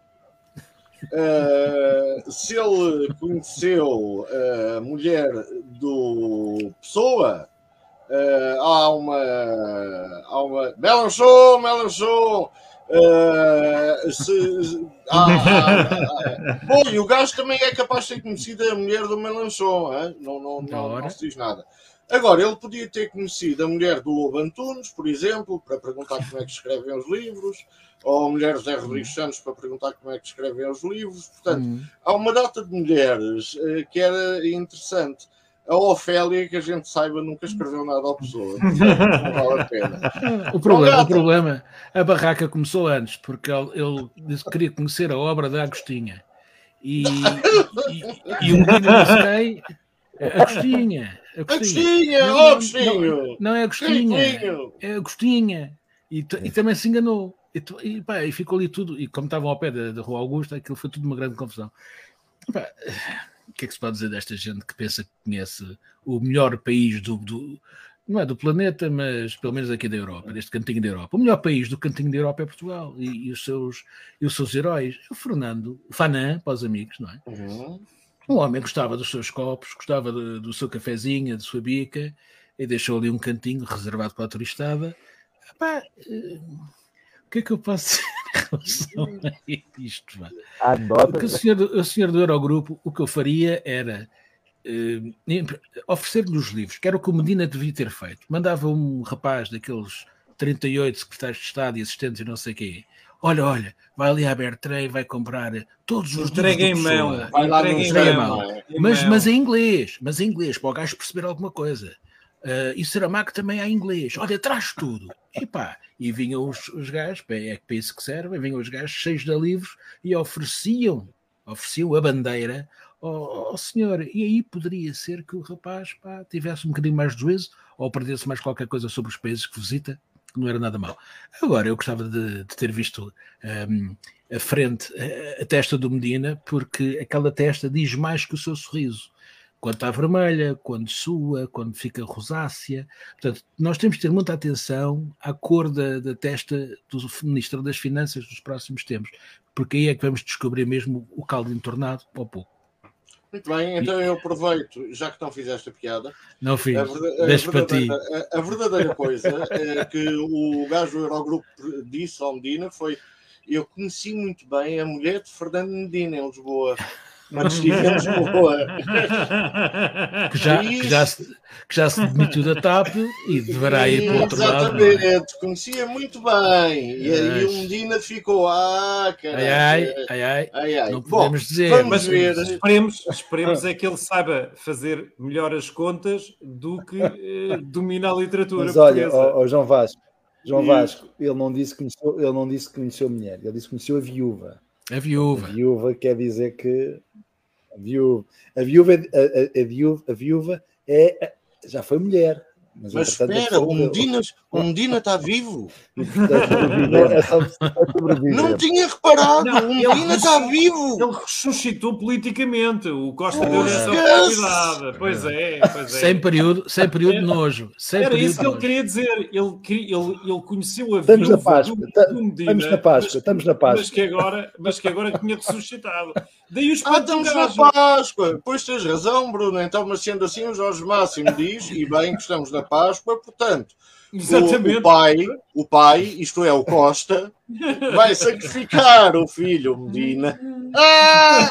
Uh, se ele conheceu a mulher do Pessoa, uh, há uma... Há uma Mélenchon, Mélenchon! Uh, se, há, há, há, bom, e o gajo também é capaz de ter conhecido a mulher do Mélenchon, hein? não, não, não, não se diz nada. Agora, ele podia ter conhecido a mulher do Lobo Antunes, por exemplo, para perguntar como é que escrevem os livros, ou a mulher José Rodrigues Santos para perguntar como é que escrevem os livros. Portanto, hum. há uma data de mulheres uh, que era interessante. A Ofélia, que a gente saiba, nunca escreveu nada à pessoa. Não vale a pena. O problema, o problema, a barraca começou antes, porque ele, ele disse que queria conhecer a obra da Agostinha. E, e, e o menino disse quem? Agostinha. Agostinha, ó Agostinho! Não, não é Agostinha, é Agostinha. E, e também se enganou. E, e, pá, e ficou ali tudo. E como estavam ao pé da, da Rua Augusta, aquilo foi tudo uma grande confusão. Pá, o que é que se pode dizer desta gente que pensa que conhece o melhor país do, do não é do planeta, mas pelo menos aqui da Europa, deste cantinho da Europa. O melhor país do cantinho da Europa é Portugal e, e, os, seus, e os seus heróis. O Fernando, o Fanan, para os amigos, não é? Uhum. Um homem gostava dos seus copos, gostava do, do seu cafezinho, da sua bica, e deixou ali um cantinho reservado para a turistada. Epá, uh, o que é que eu posso dizer em relação a isto? Porque o senhor, o senhor do Eurogrupo, o que eu faria era uh, oferecer-lhe os livros, que era o que o Medina devia ter feito. Mandava um rapaz daqueles trinta e oito secretários de Estado e assistentes e não sei o quê. Olha, olha, vai ali à Bertrand e vai comprar todos os entrega em mão. Vai lá no entrega em mão. Mas, mas em inglês, mas em inglês, para o gajo perceber alguma coisa. Uh, e Saramago também há inglês. Olha, traz tudo. E pá, e vinham os, os gajos, é para isso que servem, vinham os gajos cheios de livros e ofereciam, ofereciam a bandeira ao, ao senhor. E aí poderia ser que o rapaz pá, tivesse um bocadinho mais de juízo ou perdesse mais qualquer coisa sobre os países que visita, que não era nada mal. Agora, eu gostava de, de ter visto um, a frente, a, a testa do Medina, porque aquela testa diz mais que o seu sorriso. Quando está vermelha, quando sua, quando fica rosácea. Portanto, nós temos de ter muita atenção à cor da, da testa do Ministro das Finanças nos próximos tempos, porque aí é que vamos descobrir mesmo o caldo entornado ou pouco. Muito bem, então eu aproveito, já que não fizeste a piada. Não fiz, a verdadeira, deixa para ti. A, a verdadeira coisa é que o gajo do Eurogrupo disse ao Medina foi: eu conheci muito bem a mulher de Fernando Medina em Lisboa. Quando estive em Lisboa. Que já, que, já se, que já se demitiu da T A P e deverá ir para o outro lado. Exatamente, é? Conhecia muito bem. E aí o Medina ficou, ah, caralho. Ai, ai, ai, ai, ai. Não podemos Bom, dizer. Vamos mas ver. Esperemos, esperemos é que ele saiba fazer melhor as contas do que eh, domina a literatura. Mas olha, ó, ó, João Vasco, João Vasco, ele não disse que conheceu, ele não disse que conheceu a mulher, ele disse que conheceu a viúva. A viúva. A viúva quer dizer que a viúva, a viúva, a, a, a viúva, a viúva é, já foi mulher. Mas, mas espera, o Medina, o Medina está vivo. E, portanto, é só, é não tinha reparado, não, o Medina está vivo. Ele ressuscitou politicamente. O Costa deu essa oportunidade. Pois é, pois é. Sem período, sem período de nojo. Sem Era período isso que ele queria dizer. Ele, ele, ele conheceu a estamos viúva na Páscoa, do, do Medina. Estamos na Páscoa, mas, estamos na Páscoa. Mas que agora, mas que agora tinha ressuscitado. Daí os ah, estamos na Páscoa. Pois tens razão, Bruno. Então, mas sendo assim, o Jorge Máximo diz, e bem que estamos na Páscoa, portanto, o, o pai, o pai, isto é, o Costa, vai sacrificar o filho Medina. Ah!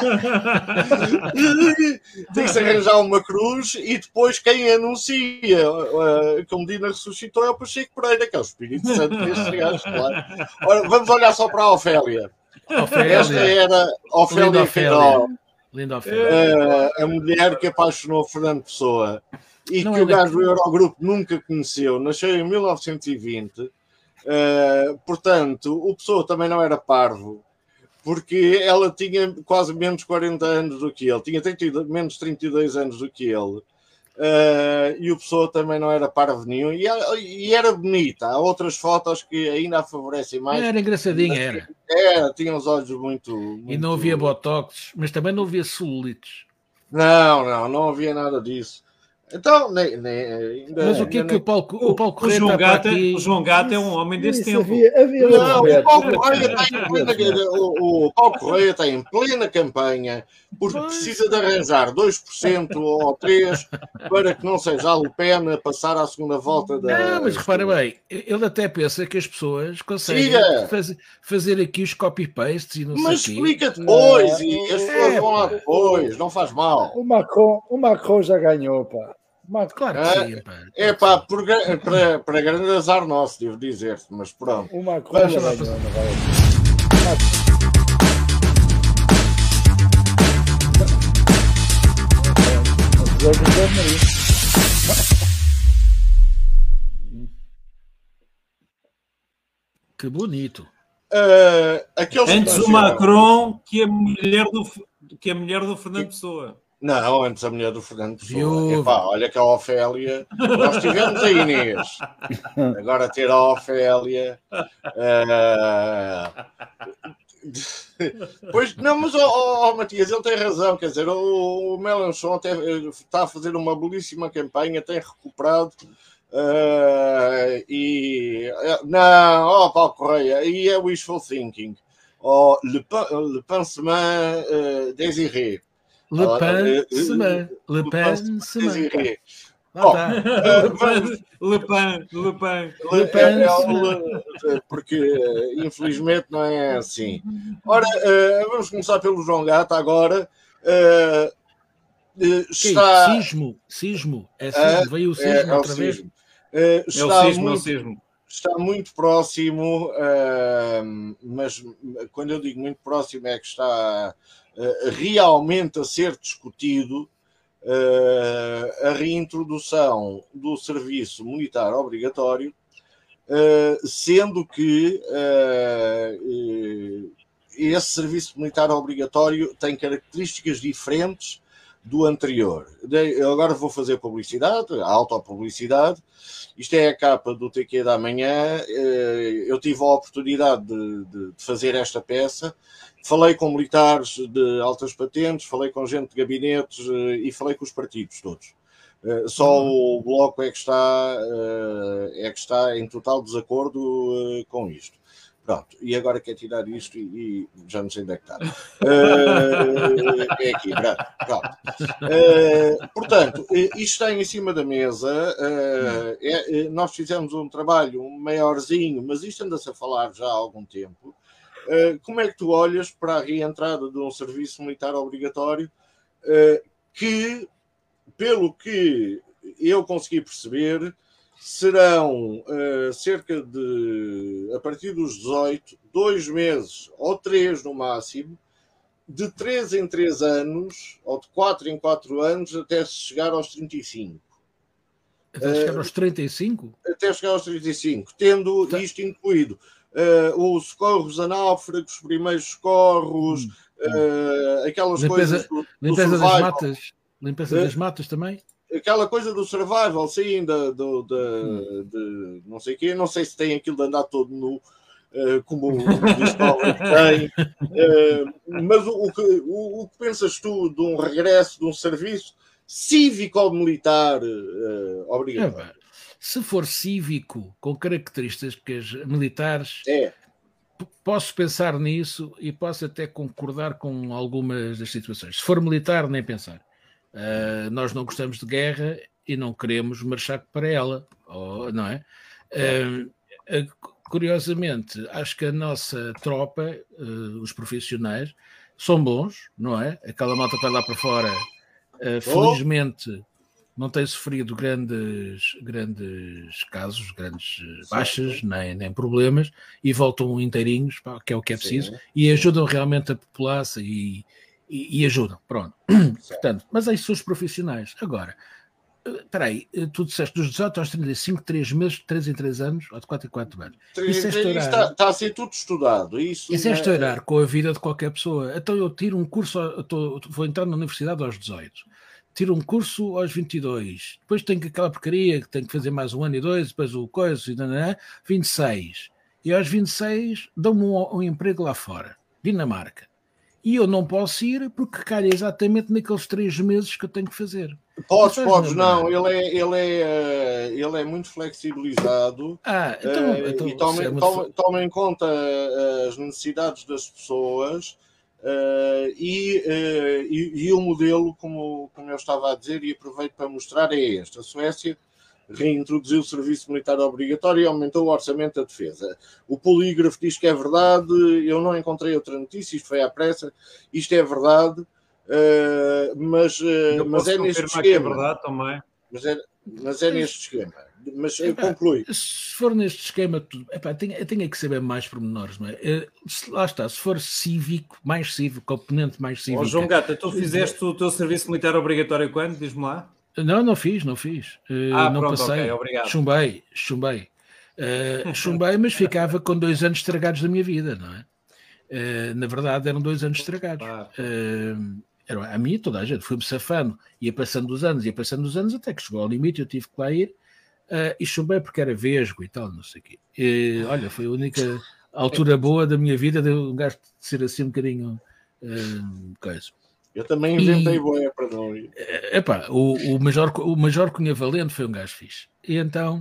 Tem que se arranjar uma cruz e depois quem anuncia uh, que o Medina ressuscitou é o Pacheco Pereira, que é o Espírito Santo deste gajo, claro. Ora, vamos olhar só para a Ofélia. Ofélia. Esta era Ofélia. Linda Ofélia. Linda Ofélia. Uh, a mulher que apaixonou Fernando Pessoa e não que é o gajo do Eurogrupo nunca conheceu, nasceu em mil novecentos e vinte, uh, portanto, o Pessoa também não era parvo, porque ela tinha quase menos quarenta anos do que ele, tinha trinta, menos trinta e dois anos do que ele, uh, e o Pessoa também não era parvo nenhum, e, e era bonita. Há outras fotos que ainda a favorecem mais. Era engraçadinha, era. Era, tinha os olhos muito, muito... E não havia botox, mas também não havia celulites. Não, não, não havia nada disso. Então, nem, nem, ainda, mas o que é que o Paulo, o Paulo Correia o João, está Gata, aqui... o João Gata é um homem desse Isso, tempo. Havia, havia não, o Paulo Correia está em plena, o, o Paulo Correia está em plena campanha porque precisa de arranjar dois por cento ou três por cento para que não seja a Le Pen a passar à segunda volta da... Não, mas repara bem, ele até pensa que as pessoas conseguem fazer, fazer aqui os copy-pastes e não mas sei explica depois não, e as pessoas é, vão lá depois, não faz mal. O Macron, o Macron já ganhou, pá. Mas, claro que sim, pá. É pá, por, para, para grande azar nosso, devo dizer-te, mas pronto. O Macron já ganhou, não vai. Que bonito. Uh, Antes o Macron que a mulher do, que a mulher do Fernando Pessoa. Não, antes a mulher do Fernando Pessoa. Epá, olha que a Ofélia. Nós tivemos a Inês. Agora ter a Ofélia. Uh... Pois, não, mas oh, oh, oh, Matias, ele tem razão. Quer dizer, o, o Mélenchon até está a fazer uma belíssima campanha, tem recuperado. Uh, e não, oh, Paulo Correia, e é wishful thinking. Oh, le, le pansement uh, désiré. Le pansement, le pansement. Le Pen, Le Pen, Le Pen, Le Pen, porque infelizmente não é assim. Ora, uh, vamos começar pelo João Gata agora. Uh, está... Sismo, sismo, é sismo, uh, veio o sismo é, outra é o vez. Sismo. Uh, está, é o sismo, muito, é o sismo. está muito próximo, uh, mas quando eu digo muito próximo é que está uh, realmente a ser discutido uh, a reintrodução do serviço militar obrigatório, uh, sendo que uh, uh, esse serviço militar obrigatório tem características diferentes do anterior. Eu agora vou fazer publicidade, autopublicidade. Isto é a capa do T Q da manhã. Eu tive a oportunidade de, de, de fazer esta peça. Falei com militares de altas patentes, falei com gente de gabinetes e falei com os partidos todos. Só o Bloco é que está, é que está em total desacordo com isto. Pronto, e agora quer tirar isto e, e já não sei onde é que está. Uh, é aqui, pronto. Uh, portanto, isto está em cima da mesa. Uh, é, nós fizemos um trabalho maiorzinho, mas isto anda-se a falar já há algum tempo. Uh, como é que tu olhas para a reentrada de um serviço militar obrigatório uh, que, pelo que eu consegui perceber, serão uh, cerca de, a partir dos dezoito, dois meses ou três no máximo, de três em três anos, ou de quatro em quatro anos, até chegar aos trinta e cinco. Até chegar aos trinta e cinco? Uh, até chegar aos trinta e cinco, tendo tá. isto incluído uh, os socorros a náufragos, os primeiros socorros, hum. uh, aquelas limpeza, coisas do, limpeza do das matas, limpeza uh, das matas também. Aquela coisa do survival, sim, de, de, de, de não sei o quê, não sei se tem aquilo de andar todo nu, uh, como o Discovery tem, uh, mas o, o, que, o, o que pensas tu de um regresso de um serviço cívico ou militar uh, obrigatório? É, se for cívico, com características militares, é. posso pensar nisso e posso até concordar com algumas das situações. Se for militar, nem pensar. Uh, nós não gostamos de guerra e não queremos marchar para ela, ou, não é? Uh, uh, curiosamente, acho que a nossa tropa, uh, os profissionais, são bons, não é? Aquela malta que está lá para fora, uh, felizmente, não tem sofrido grandes, grandes casos, grandes baixas, nem, nem problemas, e voltam inteirinhos, pá, que é o que é preciso, sim, e ajudam realmente a população e E, e ajudam, pronto. Portanto, mas aí são os profissionais. Agora, espera aí, tu disseste dos dezoito aos trinta e cinco, três meses, três em três anos, ou de quatro em quatro anos. Isso é estourar, está, está a ser tudo estudado. Isso, isso é estourar com a vida de qualquer pessoa. Então eu tiro um curso, eu tô, vou entrar na universidade aos dezoito, tiro um curso aos vinte e dois, depois tenho aquela porcaria que tenho que fazer mais um ano e dois, depois o coisa, e nananã, vinte e seis. E aos vinte e seis dão-me um, um emprego lá fora, Dinamarca. E eu não posso ir porque calha exatamente naqueles três meses que eu tenho que fazer. Podes, podes, não. Ele é, ele, é, ele é muito flexibilizado. Ah, então, uh, então, e toma, é muito... toma, toma em conta as necessidades das pessoas uh, e, uh, e, e o modelo, como, como eu estava a dizer, e aproveito para mostrar, é este. A Suécia reintroduziu o serviço militar obrigatório e aumentou o orçamento da defesa. O polígrafo diz que é verdade, eu não encontrei outra notícia, isto foi à pressa, isto é verdade, uh, mas, uh, mas é neste esquema. Que é verdade também. Mas é, mas é neste esquema. Mas epá, conclui. Se for neste esquema, epá, tenho, tenho que saber mais pormenores, não é? Lá está, se for cívico, mais cívico, componente mais cívico. Oh, João Gata, tu fizeste o teu serviço militar obrigatório quando? Diz-me lá. Não, não fiz, não fiz. Uh, ah, não pronto, passei. ok, obrigado. Chumbei, chumbei. Uh, chumbei, mas ficava com dois anos estragados da minha vida, não é? Uh, na verdade, eram dois anos estragados. Ah, uh, era, a mim, toda a gente, fui-me safando, ia passando os anos, ia passando os anos, até que chegou ao limite, eu tive que lá ir, uh, e chumbei porque era vesgo e tal, não sei o quê. Uh, olha, foi a única altura boa da minha vida de um gajo de ser assim um bocadinho uh, coisa. Eu também inventei boia para não ir. Epá, o, o, Major, o Major Cunha Valente foi um gajo fixe. E então,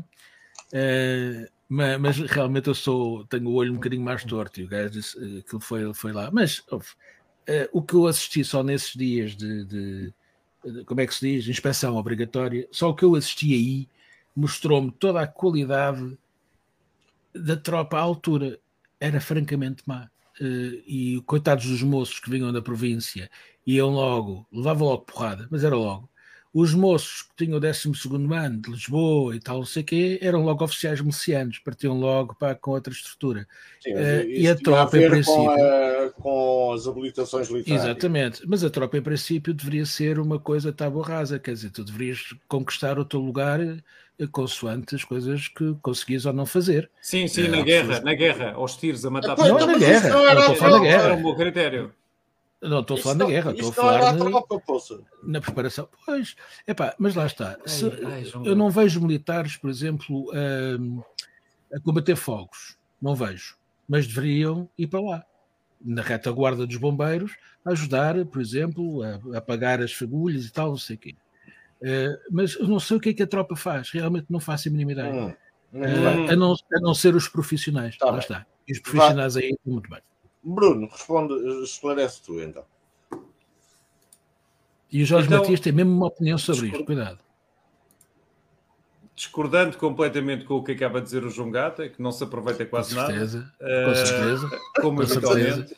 uh, mas, mas realmente eu sou, tenho o olho um bocadinho mais torto. E o gajo disse uh, que foi, foi lá. Mas uh, o que eu assisti só nesses dias de, de, de, como é que se diz? Inspeção obrigatória, só o que eu assisti aí mostrou-me toda a qualidade da tropa à altura. Era francamente má. e coitados dos moços que vinham da província, iam logo, levavam logo porrada, mas era logo. Os moços que tinham o décimo segundo ano de Lisboa e tal, não sei o quê, eram logo oficiais milicianos, partiam logo para, com outra estrutura. Sim, uh, e a tropa, a em princípio... Com, a, com as habilitações literárias. Exatamente, mas a tropa, em princípio, deveria ser uma coisa tábua rasa, quer dizer, tu deverias conquistar o teu lugar consoante as coisas que conseguias ou não fazer. Sim, sim, uh, na guerra, pessoas... na guerra, aos tiros a matar... Não, não na guerra, não estou a falar da guerra. Era um bom critério. Não estou a falar da guerra, estou a falar na, na preparação. Pois, epá, mas lá está. Se, ai, ai, eu não vejo militares, por exemplo, a, a combater fogos. Não vejo. Mas deveriam ir para lá. Na retaguarda dos bombeiros, a ajudar, por exemplo, a, a apagar as fagulhas e tal, não sei o quê. Uh, mas eu não sei o que é que a tropa faz. Realmente não faço a mínima ideia. Hum, uh, a, não, a não ser os profissionais. Tá lá bem. Está. E os profissionais Vai. Aí estão muito bem. Bruno, responde, esclarece tu então. E o Jorge então, Matias tem mesmo uma opinião sobre isto, cuidado. Discordando completamente com o que acaba de dizer o João Gata, que não se aproveita quase com certeza, nada. Com certeza. Uh, como com habitualmente.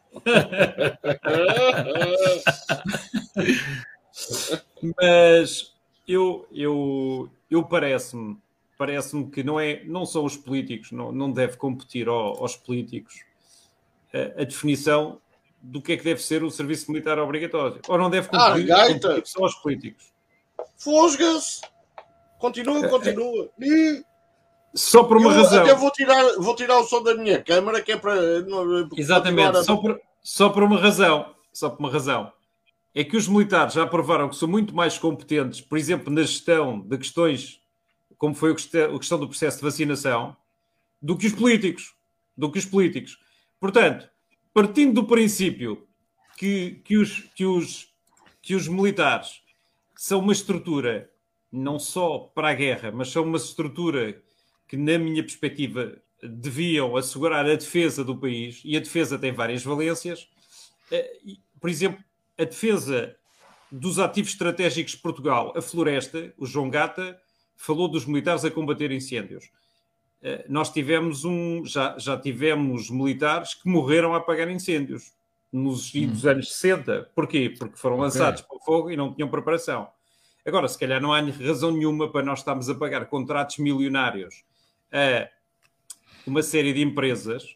Mas eu, eu, eu parece-me parece-me que não, é, não são os políticos, não, não deve competir ao, aos políticos a, a definição do que é que deve ser o serviço militar obrigatório. Ou não deve competir, ah, competir só aos políticos. Fosga-se! Continua, continua. E... Só por uma eu razão. Até vou tirar, vou tirar o som da minha câmara, que é para... Exatamente, a... só, por, só por uma razão. Só por uma razão. É que os militares já provaram que são muito mais competentes, por exemplo, na gestão de questões, como foi a questão do processo de vacinação, do que os políticos. Do que os políticos. Portanto, partindo do princípio que, que, os, que, os, que os militares são uma estrutura não só para a guerra, mas são uma estrutura que, na minha perspectiva, deviam assegurar a defesa do país, e a defesa tem várias valências. Por exemplo, a defesa dos ativos estratégicos de Portugal, a floresta, o João Gata falou dos militares a combater incêndios. Nós tivemos um, já, já tivemos militares que morreram a apagar incêndios nos hum. anos sessenta. Porquê? Porque foram lançados okay. para o fogo e não tinham preparação. Agora, se calhar não há razão nenhuma para nós estarmos a pagar contratos milionários a uma série de empresas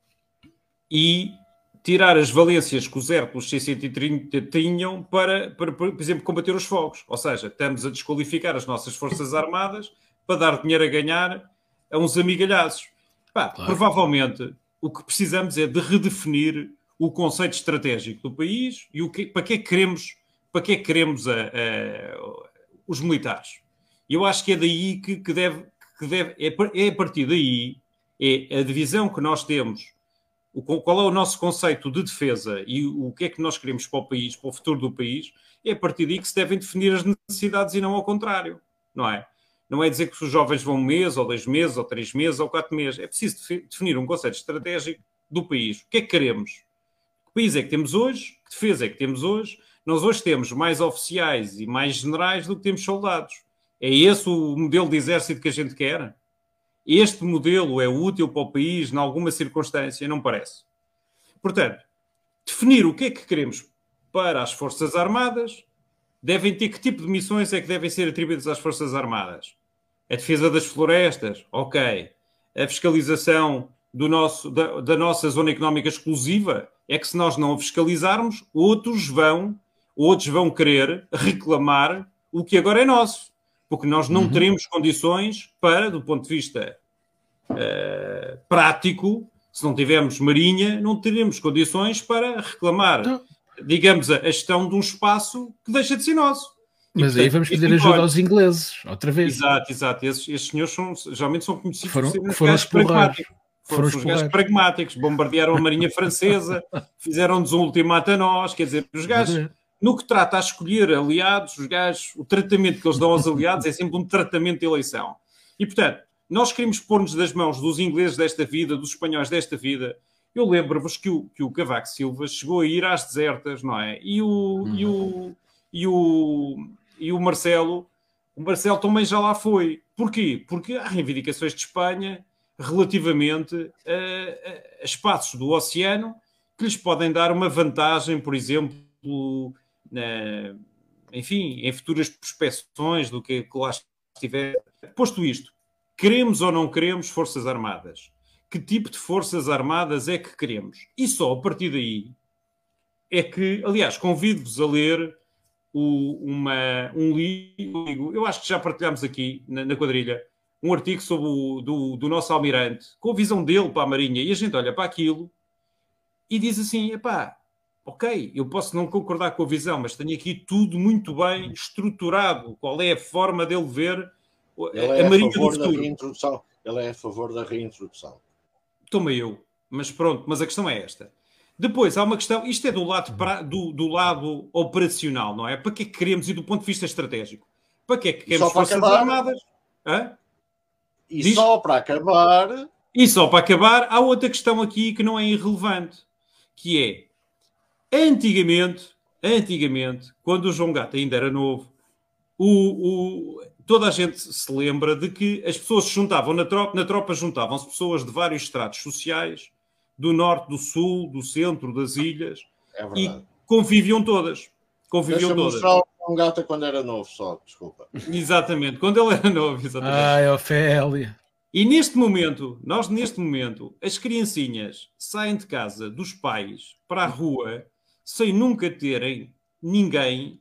e tirar as valências que os Hércules seiscentos e trinta tinham para, para, por exemplo, combater os fogos. Ou seja, estamos a desqualificar as nossas Forças Armadas para dar dinheiro a ganhar a uns amigalhaços. Pá, claro. Provavelmente o que precisamos é de redefinir o conceito estratégico do país e o que, para que é que queremos, para que é que queremos a, a, os militares. E eu acho que é daí que, que deve, que deve é, é a partir daí, é a divisão que nós temos, o, qual é o nosso conceito de defesa e o que é que nós queremos para o país, para o futuro do país, é a partir daí que se devem definir as necessidades e não ao contrário, não é? Não é dizer que os jovens vão um mês, ou dois meses, ou três meses, ou quatro meses. É preciso definir um conceito estratégico do país. O que é que queremos? Que país é que temos hoje? Que defesa é que temos hoje? Nós hoje temos mais oficiais e mais generais do que temos soldados. É esse o modelo de exército que a gente quer? Este modelo é útil para o país em alguma circunstância? Não parece. Portanto, definir o que é que queremos para as Forças Armadas, devem ter que tipo de missões é que devem ser atribuídas às Forças Armadas. A defesa das florestas, ok. A fiscalização do nosso, da, da nossa zona económica exclusiva, é que se nós não a fiscalizarmos, outros vão, outros vão querer reclamar o que agora é nosso. Porque nós não uhum. teremos condições para, do ponto de vista uh, prático, se não tivermos marinha, não teremos condições para reclamar, não. digamos, a, a gestão de um espaço que deixa de ser nosso. E, mas portanto, aí vamos pedir ajuda aos ingleses, outra vez. Exato, exato. Esses, esses senhores são, geralmente são conhecidos foram, por serem foram gajos pragmáticos. Foram os gajos pragmáticos. Bombardearam a marinha francesa, fizeram-nos um ultimato a nós, quer dizer, os gajos... No que trata a escolher aliados, os gajos, o tratamento que eles dão aos aliados é sempre um tratamento de eleição. E, portanto, nós queremos pôr-nos das mãos dos ingleses desta vida, dos espanhóis desta vida. Eu lembro-vos que o, que o Cavaco Silva chegou a ir às desertas, não é? E o, hum. e o, e o, e o Marcelo, o Marcelo também já lá foi. Porquê? Porque há reivindicações de Espanha relativamente a, a espaços do oceano que lhes podem dar uma vantagem, por exemplo, na, enfim, em futuras prospecções do que, que lá estiver. Posto isto, queremos ou não queremos Forças Armadas? Que tipo de Forças Armadas é que queremos? E só a partir daí é que, aliás, convido-vos a ler o, uma, um livro, eu acho que já partilhámos aqui na, na quadrilha, um artigo sobre o, do, do nosso almirante, com a visão dele para a Marinha, e a gente olha para aquilo e diz assim, epá, ok, eu posso não concordar com a visão, mas tenho aqui tudo muito bem estruturado, qual é a forma dele ver Ele a é Marinha a favor do da futuro. reintrodução. Ele é a favor da reintrodução. Toma eu, mas pronto, mas a questão é esta. Depois há uma questão, isto é do lado, pra, do, do lado operacional, não é? Para que é que queremos ir do ponto de vista estratégico? Para que é que queremos Forças acabar, Armadas? Hã? E Diz? Só para acabar... E só para acabar, há outra questão aqui que não é irrelevante, que é, antigamente, antigamente, quando o João Gato ainda era novo, o, o, toda a gente se lembra de que as pessoas se juntavam na tropa, na tropa juntavam-se pessoas de vários estratos sociais, do norte, do sul, do centro, das ilhas, é e conviviam todas. Conviviam Deixa-me todas. mostrar o João Gata quando era novo, só, desculpa. Exatamente, quando ele era novo, exatamente. Ai, Ofélia. E neste momento, nós neste momento, as criancinhas saem de casa dos pais para a rua sem nunca terem ninguém,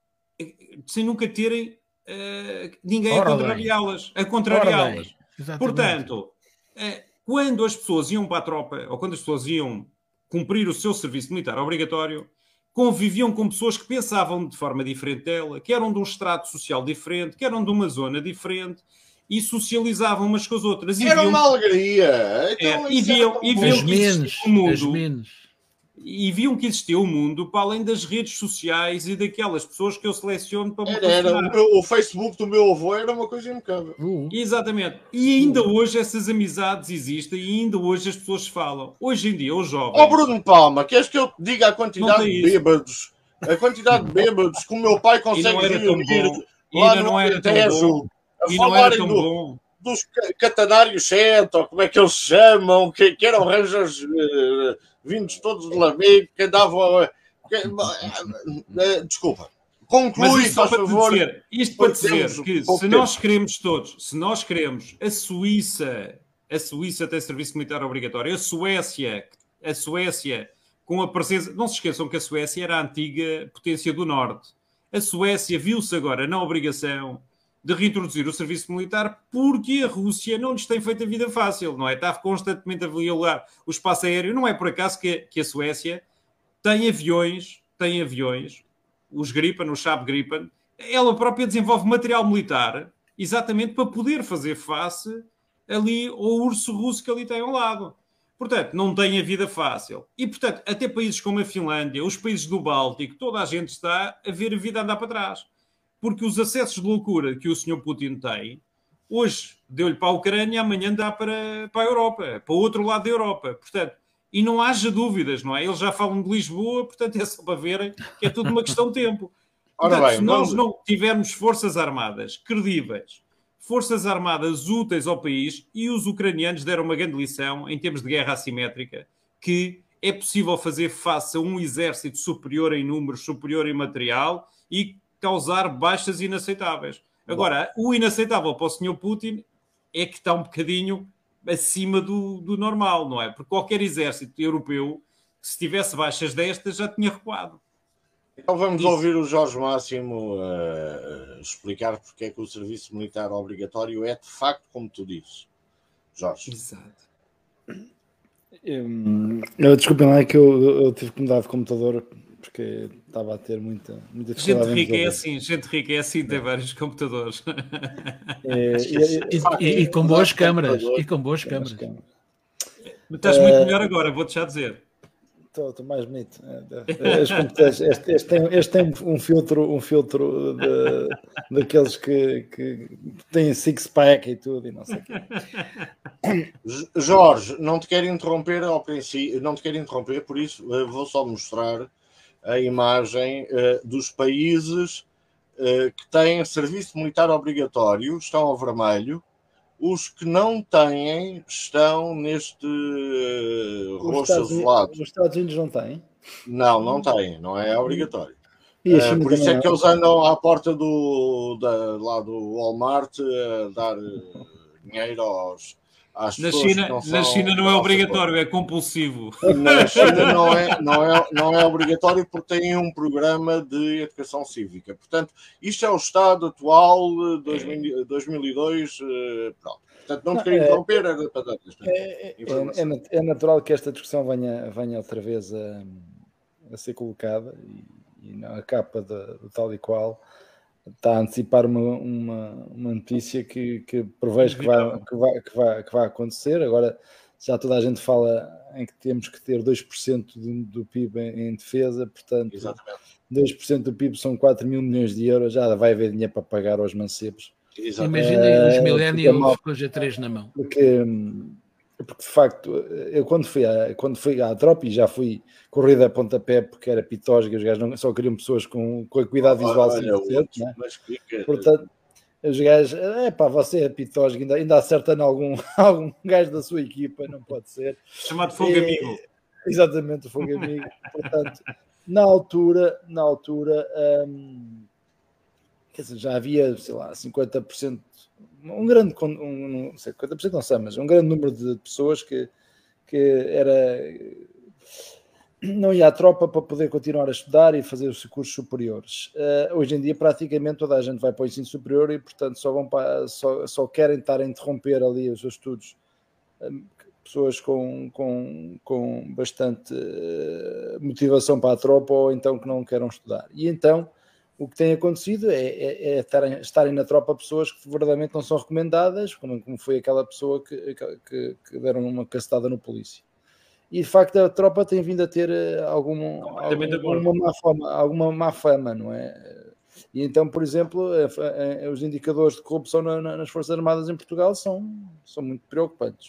sem nunca terem uh, ninguém Ora a contrariá-las, a contrariá-las. Portanto, uh, quando as pessoas iam para a tropa, ou quando as pessoas iam cumprir o seu serviço militar obrigatório, conviviam com pessoas que pensavam de forma diferente dela, que eram de um estrato social diferente, que eram de uma zona diferente, e socializavam umas com as outras. E era viam, uma alegria. Então, é, e viam, e viam que existia o mundo. menos. E viam que existia o mundo para além das redes sociais e daquelas pessoas que eu seleciono para me era, era o, meu, o Facebook do meu avô era uma coisa impecável. Uh. Exatamente. E ainda uh. hoje essas amizades existem e ainda hoje as pessoas falam. Hoje em dia, os jovens... Ó oh, Bruno Palma, queres que eu te diga a quantidade de bêbados? A quantidade de bêbados que o meu pai consegue reunir lá no Alentejo a e falarem não do, bom. dos catanários sete, ou como é que eles se chamam, que, que eram ranjas uh, vindos todos de Lamego, que andavam a... Que, uh, desculpa. Conclui, isto faz favor. Dizer, isto para dizer que se tempo. nós queremos todos, se nós queremos a Suíça, a Suíça tem serviço militar obrigatório, a Suécia, a Suécia com a presença... Não se esqueçam que a Suécia era a antiga potência do Norte. A Suécia viu-se agora na obrigação de reintroduzir o serviço militar porque a Rússia não lhes tem feito a vida fácil, não é? Está constantemente a violar o espaço aéreo. Não é por acaso que, que a Suécia tem aviões, tem aviões, os Gripen, o Saab Gripen, ela própria desenvolve material militar exatamente para poder fazer face ali ao urso russo que ali tem ao lado. Portanto, não tem a vida fácil. E, portanto, até países como a Finlândia, os países do Báltico, toda a gente está a ver a vida andar para trás. Porque os acessos de loucura que o senhor Putin tem, hoje deu-lhe para a Ucrânia, amanhã dá para, para a Europa, para o outro lado da Europa. Portanto, e não haja dúvidas, não é? Eles já falam de Lisboa, portanto é só para verem que é tudo uma questão de tempo. Portanto, Ora bem, se nós vamos... não tivermos forças armadas credíveis, forças armadas úteis ao país, e os ucranianos deram uma grande lição em termos de guerra assimétrica, que é possível fazer face a um exército superior em números, superior em material e causar baixas inaceitáveis. Agora, Bom. o inaceitável para o senhor Putin é que está um bocadinho acima do, do normal, não é? Porque qualquer exército europeu, se tivesse baixas destas, já tinha recuado. Então vamos Isso. ouvir o Jorge Máximo uh, explicar porque é que o serviço militar obrigatório é de facto como tu dizes. Jorge. Exato. Eu, eu, desculpem lá, é que eu, eu tive que mudar de computador porque estava a ter muita, muita dificuldade. Gente rica é assim, gente rica é assim, tem vários computadores. É, e, e, e com boas câmaras. E com boas câmaras. câmaras. Estás muito melhor agora, vou-te já dizer. Estou, estou mais bonito. Este, este, tem, este tem um filtro, um filtro de, daqueles que, que têm six-pack e tudo, e não sei o quê. Jorge, não te quero interromper ao princípio, não te quero interromper, por isso vou só mostrar a imagem uh, dos países uh, que têm serviço militar obrigatório, estão ao vermelho, os que não têm estão neste uh, roxo azulado. Os Estados Unidos não têm? Não, não têm, não é obrigatório. E a China uh, por isso é não. que eles andam à porta do, da, lá do Walmart a dar uh, dinheiro aos, às na pessoas China, que não na são, China não é obrigatório, é compulsivo. Na China não é, não, é, não é obrigatório porque tem um programa de educação cívica. Portanto, isto é o estado atual de dois mil e dois. Pronto. Portanto, não te queria interromper. Era para dar esta é, é, é, é natural que esta discussão venha, venha outra vez a, a ser colocada e, e na capa de, de tal e qual está a antecipar uma, uma, uma notícia que, que prevejo que vai, que, vai, que, vai, que vai acontecer. Agora já toda a gente fala em que temos que ter dois por cento do, do P I B em, em defesa, portanto, exatamente. dois por cento do P I B são quatro mil milhões de euros, já vai haver dinheiro para pagar aos mancebos. Imaginem os millennials com G três na mão. Porque, porque de facto, eu quando fui, à, quando fui à tropa e já fui corrida a pontapé porque era pitosga, os gajos não, só queriam pessoas com, com a cuidado visual cem por cento, né? Portanto, os gajos, é pá, você é pitosga, ainda, ainda acerta em algum, algum gajo da sua equipa, não pode ser. Chamado Fogo e, Amigo. Exatamente, o Fogo Amigo. Portanto, na altura, na altura, hum, quer dizer, já havia, sei lá, cinquenta por cento, um grande, um, não sei, cinquenta por cento não sei, mas um grande número de pessoas que, que era, não ia à tropa para poder continuar a estudar e fazer os cursos superiores. Uh, hoje em dia, praticamente, toda a gente vai para o ensino superior e, portanto, só, vão para, só, só querem estar a interromper ali os seus estudos. Um, pessoas com, com, com bastante uh, motivação para a tropa ou então que não queiram estudar. E então, o que tem acontecido é, é, é estarem, estarem na tropa pessoas que verdadeiramente não são recomendadas, como, como foi aquela pessoa que, que, que deram uma castada no polícia. E de facto a tropa tem vindo a ter algum, algum, alguma, má fama, alguma má fama, não é? E então, por exemplo, os indicadores de corrupção nas Forças Armadas em Portugal são, são muito preocupantes.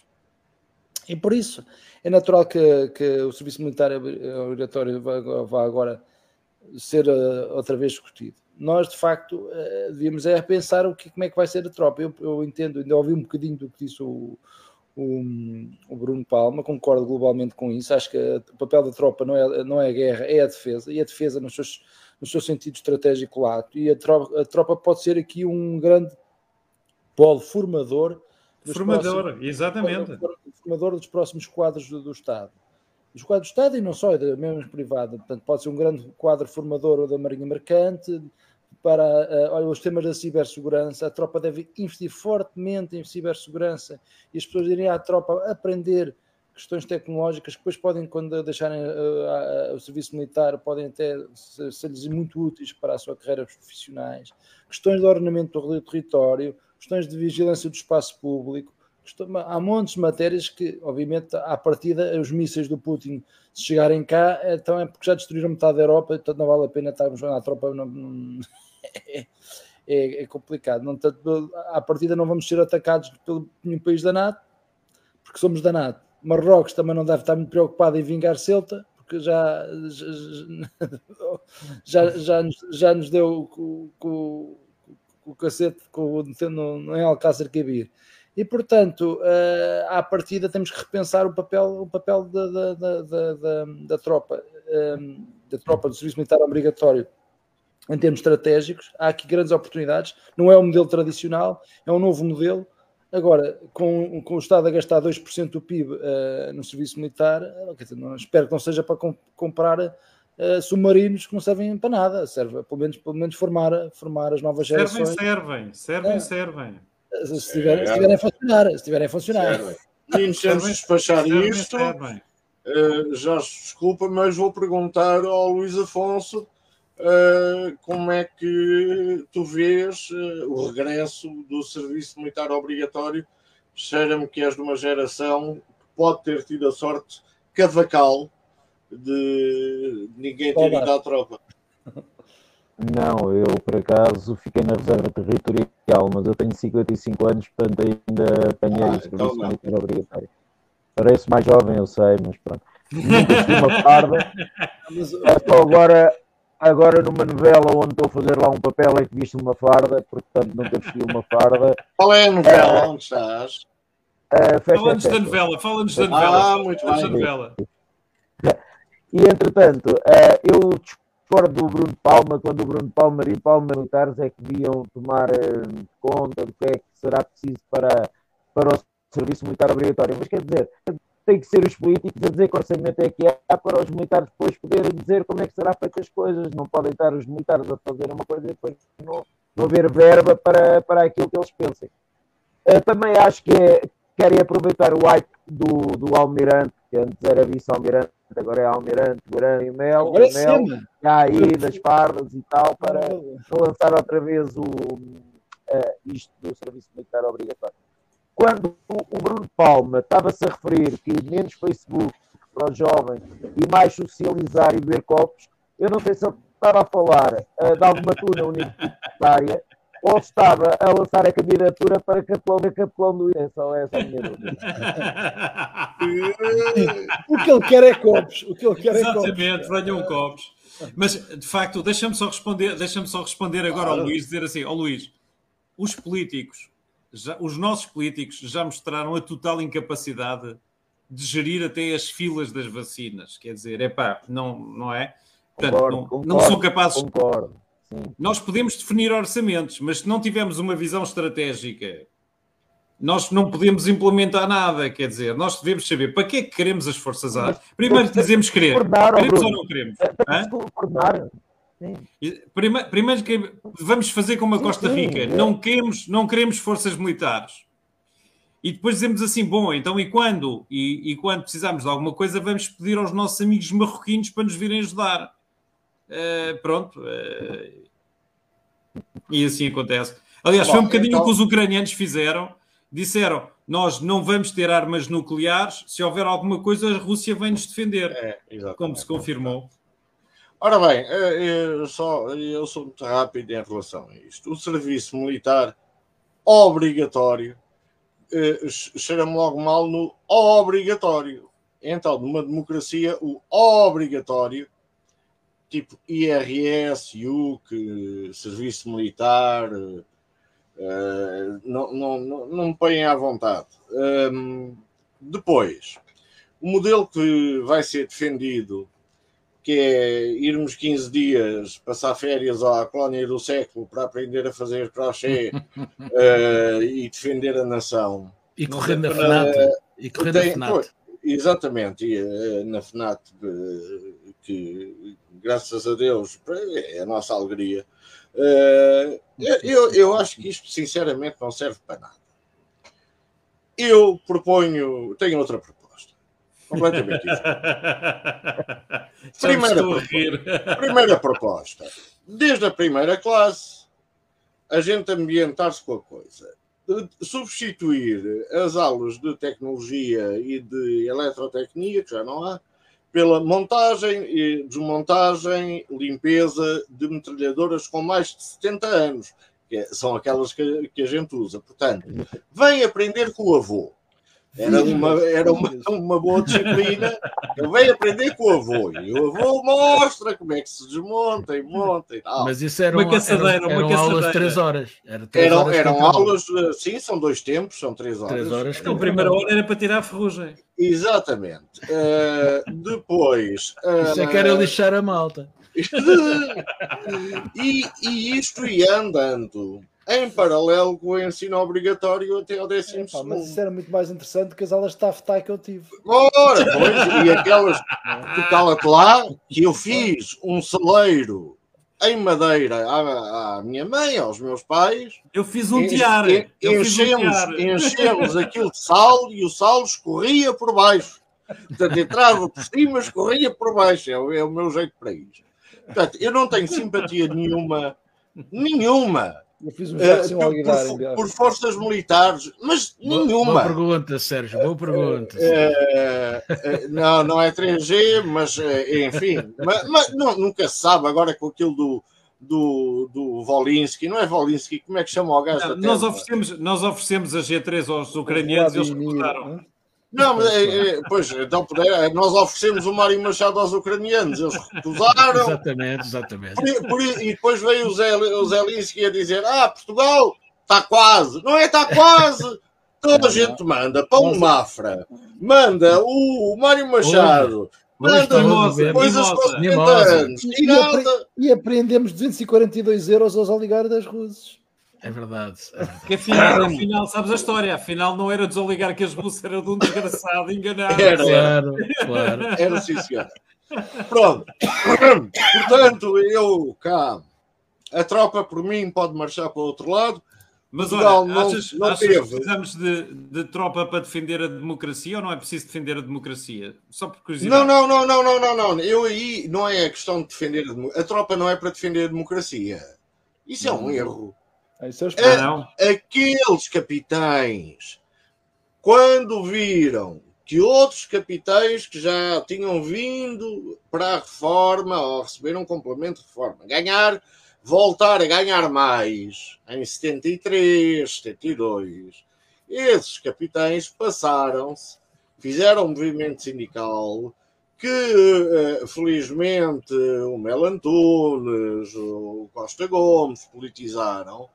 E por isso é natural que, que o serviço militar obrigatório vá, vá agora ser uh, outra vez discutido. Nós, de facto, uh, devíamos é pensar o que, como é que vai ser a tropa. Eu, eu entendo, ainda ouvi um bocadinho do que disse o, o, o Bruno Palma, concordo globalmente com isso. Acho que o papel da tropa não é, não é a guerra, é a defesa, e a defesa nos seus, no seu sentido estratégico lato. E a tropa, a tropa pode ser aqui um grande polo formador. Formador, próximos, exatamente. Formador dos próximos quadros do, do Estado. Dos quadros do Estado e não só, mesmo privado. Portanto, pode ser um grande quadro formador da Marinha Mercante. Para uh, olha, os temas da cibersegurança, a tropa deve investir fortemente em cibersegurança e as pessoas irem à tropa aprender questões tecnológicas que depois podem, quando deixarem uh, uh, o serviço militar, podem até ser-lhes muito úteis para a sua carreira profissionais. Questões de ordenamento do território, questões de vigilância do espaço público. Há montes de matérias que, obviamente, à partida, os mísseis do Putin, se chegarem cá, então é porque já destruíram metade da Europa, então não vale a pena estarmos na tropa. Não, não, é, é, é complicado. Não, tanto, à partida não vamos ser atacados pelo nenhum país da NATO, porque somos da NATO. Marrocos também não deve estar muito preocupado em vingar Ceuta, porque já, já, já, já, nos, já nos deu com, com, com o cacete com, no, no, em Alcácer Quibir. E, portanto, uh, à partida temos que repensar o papel, o papel da, da, da, da, da tropa, um, da tropa do serviço militar obrigatório em termos estratégicos. Há aqui grandes oportunidades. Não é um modelo tradicional, é um novo modelo. Agora, com, com o Estado a gastar dois por cento do P I B uh, no serviço militar, quer dizer, não, espero que não seja para com, comprar uh, submarinos que não servem para nada. Serve, pelo menos, pelo menos formar, formar as novas gerações. Servem, servem, servem, é. servem. Se estiverem, se estiverem a funcionar, se estiverem a funcionar. Meninos, antes de despachar isto, uh, já se desculpa, mas vou perguntar ao Luís Afonso uh, como é que tu vês uh, o regresso do serviço militar obrigatório. Cheira-me que és de uma geração que pode ter tido a sorte cavacal de ninguém ter ido à tropa. Não, eu por acaso fiquei na reserva territorial, mas eu tenho cinquenta e cinco anos, portanto ainda apanhei ah, o serviço então militar obrigatório. Parece mais jovem, eu sei, mas pronto. Nunca fui uma farda. É só agora, agora numa novela onde estou a fazer lá um papel em que viste uma farda, portanto nunca vesti uma farda. Qual é a novela? Onde estás? Uh, fala-nos da novela, fala-nos da novela. Ah, muito bem. Da novela. E entretanto, uh, eu discordo do Bruno Palma, quando o Bruno Palma e Palma militares é que deviam tomar uh, conta do que é que será preciso para, para o serviço militar obrigatório. Mas quer dizer, tem que ser os políticos a dizer que orçamento é que há para os militares depois poderem dizer como é que será feitas as coisas. Não podem estar os militares a fazer uma coisa e depois não, não haver verba para, para aquilo que eles pensem. Uh, também acho que é, querem aproveitar o hype do, do Almirante, que antes era vice-almirante, agora é Almirante, Grão e Mel, Agora o Mel, já aí das fardas e tal, para lançar outra vez o, uh, isto do serviço militar obrigatório. Quando o Bruno Palma estava-se a referir que menos Facebook para os jovens e mais socializar e beber copos, eu não sei se ele estava a falar uh, de alguma turma universitária ou estava a lançar a candidatura para capelão da capelão do é só essa a minha dúvida. O que ele quer é copos. O que ele quer Exatamente, é copos. venham copos. Mas, de facto, deixa-me só responder, deixa-me só responder agora ao Luís, dizer assim, ó Luís, os políticos, já, os nossos políticos já mostraram a total incapacidade de gerir até as filas das vacinas. Quer dizer, é pá, não, não é? Portanto, Concordo, não, concordo, não são capazes... Concordo. Sim. Nós podemos definir orçamentos, mas se não tivermos uma visão estratégica, nós não podemos implementar nada. Quer dizer, nós devemos saber para que é que queremos as Forças Armadas. Primeiro dizemos querer. Queremos ou não queremos? Primeiro, primeiro que vamos fazer como a Costa Rica. Não queremos, não queremos forças militares. E depois dizemos assim, bom, então e quando? E, e quando precisarmos de alguma coisa, vamos pedir aos nossos amigos marroquinos para nos virem ajudar. Uh, pronto. Uh, e assim acontece. Aliás, Bom, foi um bocadinho então... o que os ucranianos fizeram. Disseram, nós não vamos ter armas nucleares. Se houver alguma coisa, a Rússia vem nos defender. É, como se confirmou. Ora bem, eu, só, eu sou muito rápido em relação a isto. O serviço militar obrigatório cheira-me logo mal no obrigatório. Então, numa democracia, o obrigatório, tipo I R S, U C, Serviço Militar, uh, não, não, não, não me põem à vontade. Um, depois, o modelo que vai ser defendido, que é irmos quinze dias, passar férias à colónia do século para aprender a fazer crochê uh, e defender a nação. E correr na FNAT. Uh, e correr tem, na FNAT. Exatamente, e, uh, na FNAT, uh, que graças a Deus é a nossa alegria. Uh, eu, eu acho que isto sinceramente não serve para nada. Eu proponho, tenho outra proposta, completamente diferente. Primeira, proposta, primeira proposta, desde a primeira classe, a gente ambientar-se com a coisa. Substituir as aulas de tecnologia e de eletrotecnia, que já não há, pela montagem e desmontagem, limpeza de metralhadoras com mais de setenta anos, que são aquelas que, que a gente usa. Portanto, vem aprender com o avô. Era uma, era uma, uma boa disciplina. Eu venho aprender com o avô. E o avô mostra como é que se desmonta e monta e tal. Mas isso era uma, uma caçadeira, eram, eram uma aulas de três horas. Era três eram horas eram aulas, sim, são dois tempos, são três horas. Três horas então, a primeira hora era para tirar a ferrugem. Exatamente. Uh, depois... Uh, isso é que era lixar a malta. e, e isto ia andando em paralelo com o ensino obrigatório até ao décimo é, segundo. Mas isso era muito mais interessante que as aulas de TAF-TAI que eu tive. Ora, pois, e aquelas que cala-te lá, que eu fiz um celeiro em madeira à, à minha mãe, aos meus pais. Eu fiz um tiar. En, eu enchemos, fiz um tiar. enchemos aquilo de sal e o sal escorria por baixo. Portanto, entrava por cima, escorria por baixo. É o, é o meu jeito para isso. Portanto, eu não tenho simpatia nenhuma, nenhuma. Eu fiz um uh, por, por, por forças militares, mas boa, nenhuma. Boa pergunta, Sérgio, boa pergunta. Uh, uh, não, não é três G, mas uh, enfim, mas, mas não, nunca se sabe agora com aquilo do, do, do Volinsky, não é Volinsky, como é que chama o gajo não, da nós oferecemos, nós oferecemos a G três aos ucranianos e eles recusaram. Não, mas, é, é, pois, então nós oferecemos o Mário Machado aos ucranianos, eles recusaram. Exatamente, exatamente. Por, por, e depois veio o, Zé, o Zelensky a dizer: ah, Portugal está quase. Não é, está quase. Toda a gente manda para o Mafra, manda o, o Mário Machado, manda coisas com setenta anos. E, e, apre, e apreendemos duzentos e quarenta e dois euros aos oligarcas russos. É verdade. É verdade. Porque afinal, afinal, sabes a história, afinal não era dos oligarcas russos, era de um desgraçado enganado. Era, claro, claro. Era sim, senhor. Pronto. Portanto, eu cá, a tropa por mim pode marchar para o outro lado. Mas Portugal olha, não, achas, não achas teve. que precisamos de, de tropa para defender a democracia ou não é preciso defender a democracia? Só por curiosidade. Não, não, não, não, não, não, não. Eu aí não é a questão de defender a democracia. A tropa não é para defender a democracia. Isso é um erro. Isso é a, não. Aqueles capitães, quando viram que outros capitães que já tinham vindo para a reforma ou receberam um complemento de reforma, ganhar, voltar a ganhar mais em setenta e três, setenta e dois, esses capitães passaram-se, fizeram um movimento sindical que, felizmente, o Melo Antunes, o Costa Gomes politizaram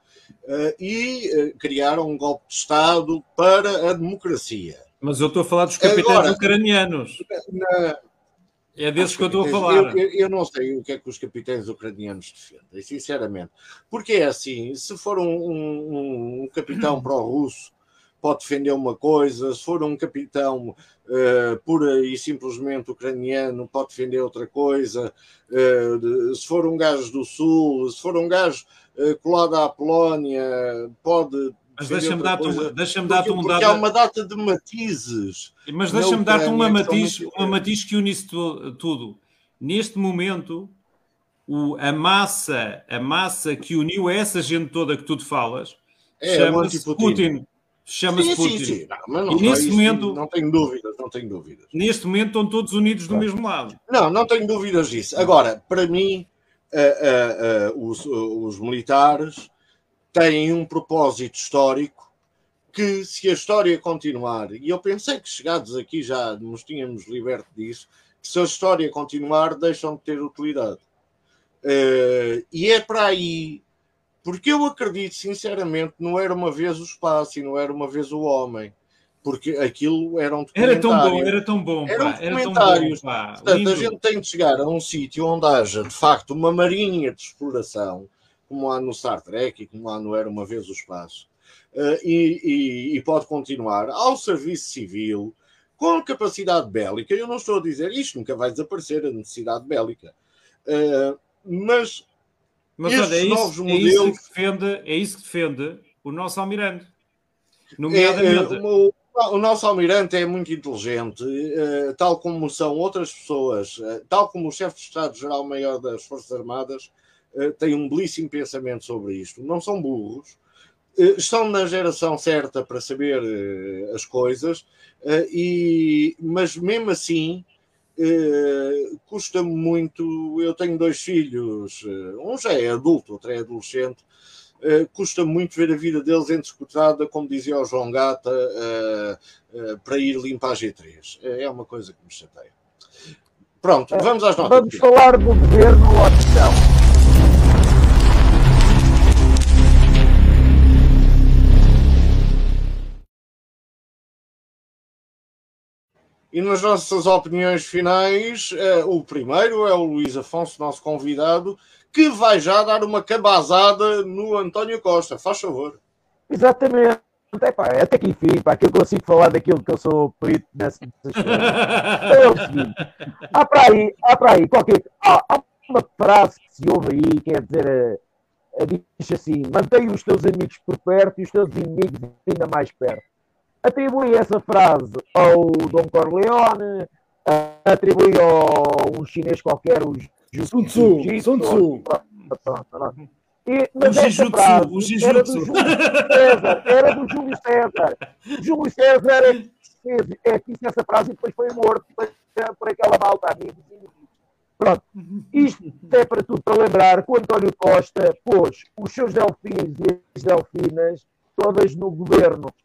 e criaram um golpe de Estado para a democracia. Mas eu estou a falar dos capitães Agora, ucranianos. Na... É desses que eu estou a falar. Eu, eu, eu não sei o que é que os capitães ucranianos defendem, sinceramente. Porque é assim, se for um, um, um capitão pró-russo, pode defender uma coisa, se for um capitão uh, pura e simplesmente ucraniano, pode defender outra coisa, uh, de, se for um gajo do Sul, se for um gajo uh, colado à Polónia, pode... Mas deixa-me dar-te um, deixa dar um porque dado... há uma data de matizes. Mas deixa-me dar-te uma matiz, muito... uma matiz que une isso tudo. Neste momento, o, a, massa, a massa que uniu essa gente toda que tu te falas é, chama-se Putin. Chama-se Putin. Sim, sim. Não, mas não, e neste isso, momento... Não tenho dúvidas, não tenho dúvidas. Neste momento estão todos unidos do mesmo lado. Não, não tenho dúvidas disso. Agora, para mim, uh, uh, uh, os, uh, os militares têm um propósito histórico que, se a história continuar, e eu pensei que chegados aqui já nos tínhamos liberto disso, que se a história continuar, deixam de ter utilidade. Uh, e é para aí, porque eu acredito, sinceramente, não era uma vez o espaço e não era uma vez o homem, porque aquilo era um documentário. Era tão bom, era tão bom, pá. Eram documentários. Era tão bom, pá. Portanto, a gente tem de chegar a um sítio onde haja, de facto, uma marinha de exploração, como há no Star Trek e como há no Era Uma Vez o Espaço, uh, e, e, e pode continuar ao serviço civil, com capacidade bélica. Eu não estou a dizer isto, nunca vai desaparecer a necessidade bélica. Uh, mas mas olha, é isso, modelos... é, isso que defende, é isso que defende o nosso almirante. Nomeadamente... É, é, o, o nosso almirante é muito inteligente, uh, tal como são outras pessoas, uh, tal como o chefe de Estado-Geral-Maior das Forças Armadas, Uh, têm um belíssimo pensamento sobre isto. Não são burros, uh, estão na geração certa para saber uh, as coisas, uh, e, mas mesmo assim uh, custa-me muito. Eu tenho dois filhos, uh, um já é adulto, outro é adolescente. Uh, custa-me muito ver a vida deles entrecrutada, como dizia o João Gata, uh, uh, para ir limpar a G três. Uh, é uma coisa que me chateia. Pronto, vamos às notas. Vamos falar do governo ou opção. E nas nossas opiniões finais, uh, o primeiro é o Luís Afonso, nosso convidado, que vai já dar uma cabazada no António Costa. Faz favor. Exatamente. Epá, até que enfim, para que eu consigo falar daquilo que eu sou perito nessas coisas. É o seguinte, há para aí, há para aí qualquer... Há, há uma frase que se ouve aí, quer dizer, a, a diz assim, mantém os teus amigos por perto e os teus inimigos ainda mais perto. Atribui essa frase ao Dom Corleone, atribui ao um chinês qualquer, o Sun Tzu. Sun Tzu. E, mas o essa frase o era do Júlio César, era do Júlio César. Júlio César é que fez, é que disse essa frase e depois foi morto por aquela malta amigos. Pronto. Isto é para tudo, para lembrar que o António Costa pôs os seus delfins e as delfinas todas no governo.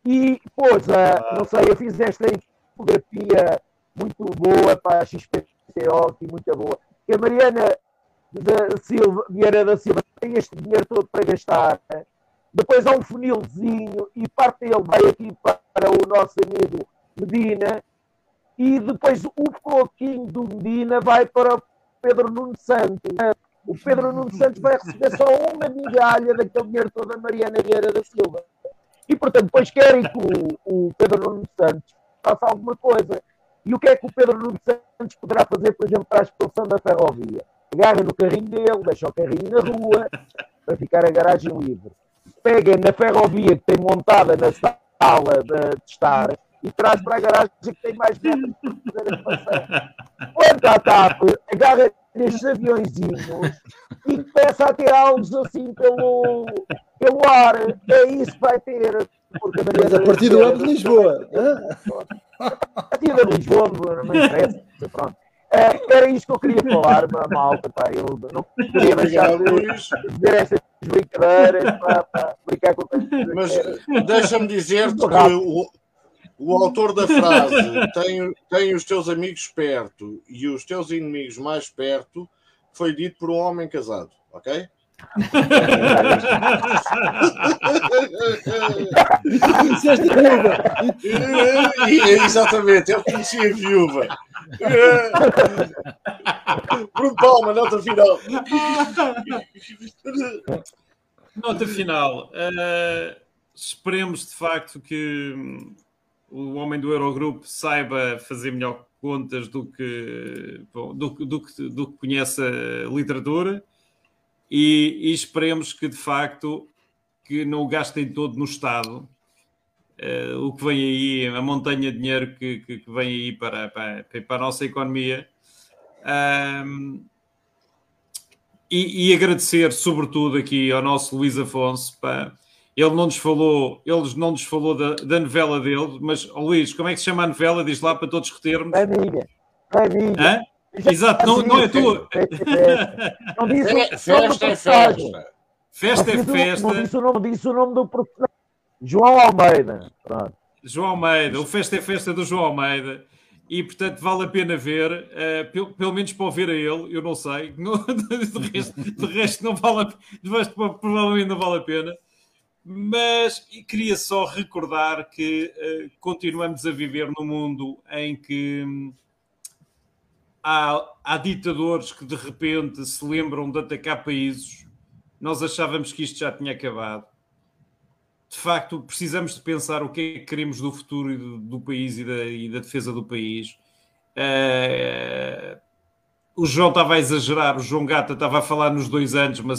E, pois, uh, não sei, eu fiz esta infografia muito boa para a X P C O, aqui, muito boa. E a Mariana da Silva, Vieira da Silva tem este dinheiro todo para gastar. Depois há um funilzinho e parte dele vai aqui para o nosso amigo Medina. E depois o pouquinho do Medina vai para o Pedro Nuno Santos. O Pedro Nuno Santos vai receber só uma migalha daquele dinheiro todo da Mariana Vieira da Silva. E, portanto, depois querem que o, o Pedro Nuno Santos faça alguma coisa. E o que é que o Pedro Nuno Santos poderá fazer, por exemplo, para a expulsão da ferrovia? Agarra no carrinho dele, deixa o carrinho na rua, para ficar a garagem livre. Pega na ferrovia que tem montada na sala de, de estar e traz para a garagem que tem mais metros para fazer a passagem. Quanto à TAP, agarra nestes aviõezinhos e começa a tirá-los assim pelo, pelo ar. É isso que vai ter. Porque a Mas a partir do ano de Lisboa. A partir de Lisboa, não interessa. Pronto. É, era isto que eu queria falar, malta. Pá, eu não queria deixar de dizer estas brincadeiras para, para brincar com o Mas deixa-me dizer-te que o, o autor da frase tem, tem os teus amigos perto e os teus inimigos mais perto foi dito por um homem casado, ok? Conheceste a viúva. Exatamente, eu conheci a viúva. Bruno Palma, nota final. Nota final. Uh, esperemos de facto que o homem do Eurogrupo saiba fazer melhor contas do que, bom, do, do, do, do que conhece a literatura. E, e esperemos que, de facto, que não o gastem todo no Estado. Uh, o que vem aí, a montanha de dinheiro que, que, que vem aí para, para, para a nossa economia. Um, e, e agradecer, sobretudo, aqui ao nosso Luís Afonso. Pá. Ele não nos falou, ele não nos falou da, da novela dele, mas, oh, Luís, como é que se chama a novela? Diz lá para todos retermos. Família. Família. Hã? Exato, não, não é tua. Não disse festa é festa. Festa é festa. Não disse o nome, disse o nome do personagem. João Almeida. Pronto. João Almeida. O Festa é Festa do João Almeida. E, portanto, vale a pena ver. Uh, pelo, pelo menos para ouvir a ele. Eu não sei. No, de, resto, de resto, não vale a, de resto, provavelmente não vale a pena. Mas queria só recordar que uh, continuamos a viver num mundo em que... Hum, Há, há ditadores que de repente se lembram de atacar países. Nós achávamos que isto já tinha acabado. De facto, precisamos de pensar o que é que queremos do futuro do, do país e da, e da defesa do país. Uh, o João estava a exagerar, o João Gata estava a falar nos dois anos, mas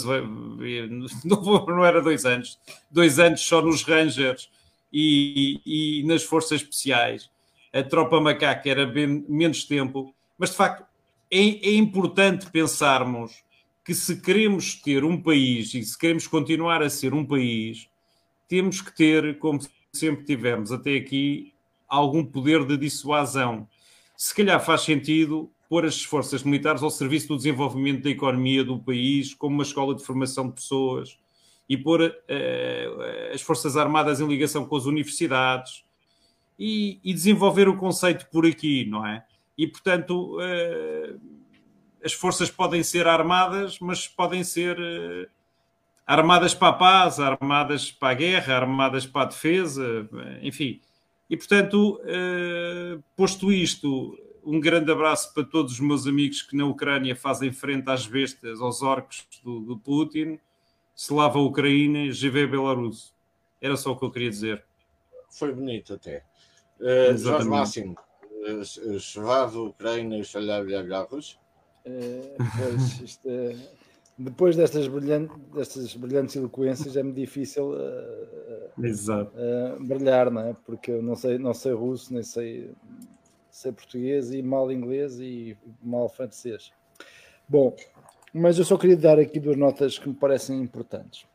não, não era dois anos. Dois anos só nos Rangers e, e, e nas Forças Especiais. A Tropa Macaca era bem, menos tempo. Mas, de facto, é, é importante pensarmos que se queremos ter um país e se queremos continuar a ser um país, temos que ter, como sempre tivemos até aqui, algum poder de dissuasão. Se calhar faz sentido pôr as forças militares ao serviço do desenvolvimento da economia do país, como uma escola de formação de pessoas, e pôr uh, as forças armadas em ligação com as universidades e, e desenvolver o conceito por aqui, não é? E, portanto, uh, as forças podem ser armadas, mas podem ser uh, armadas para a paz, armadas para a guerra, armadas para a defesa, enfim. E, portanto, uh, posto isto, um grande abraço para todos os meus amigos que na Ucrânia fazem frente às bestas, aos orcos do, do Putin. Slava Ucrânia, Живе Belarus. Era só o que eu queria dizer. Foi bonito até. Uh, Jorge Máximo. Chevado, Ucrânia, Belarus. Pois, isto é, depois destas brilhantes, destas brilhantes eloquências é-me difícil uh, Exato. Uh, brilhar, não é? Porque eu não sei, não sei russo, nem sei, sei português e mal inglês e mal francês. Bom, mas eu só queria dar aqui duas notas que me parecem importantes.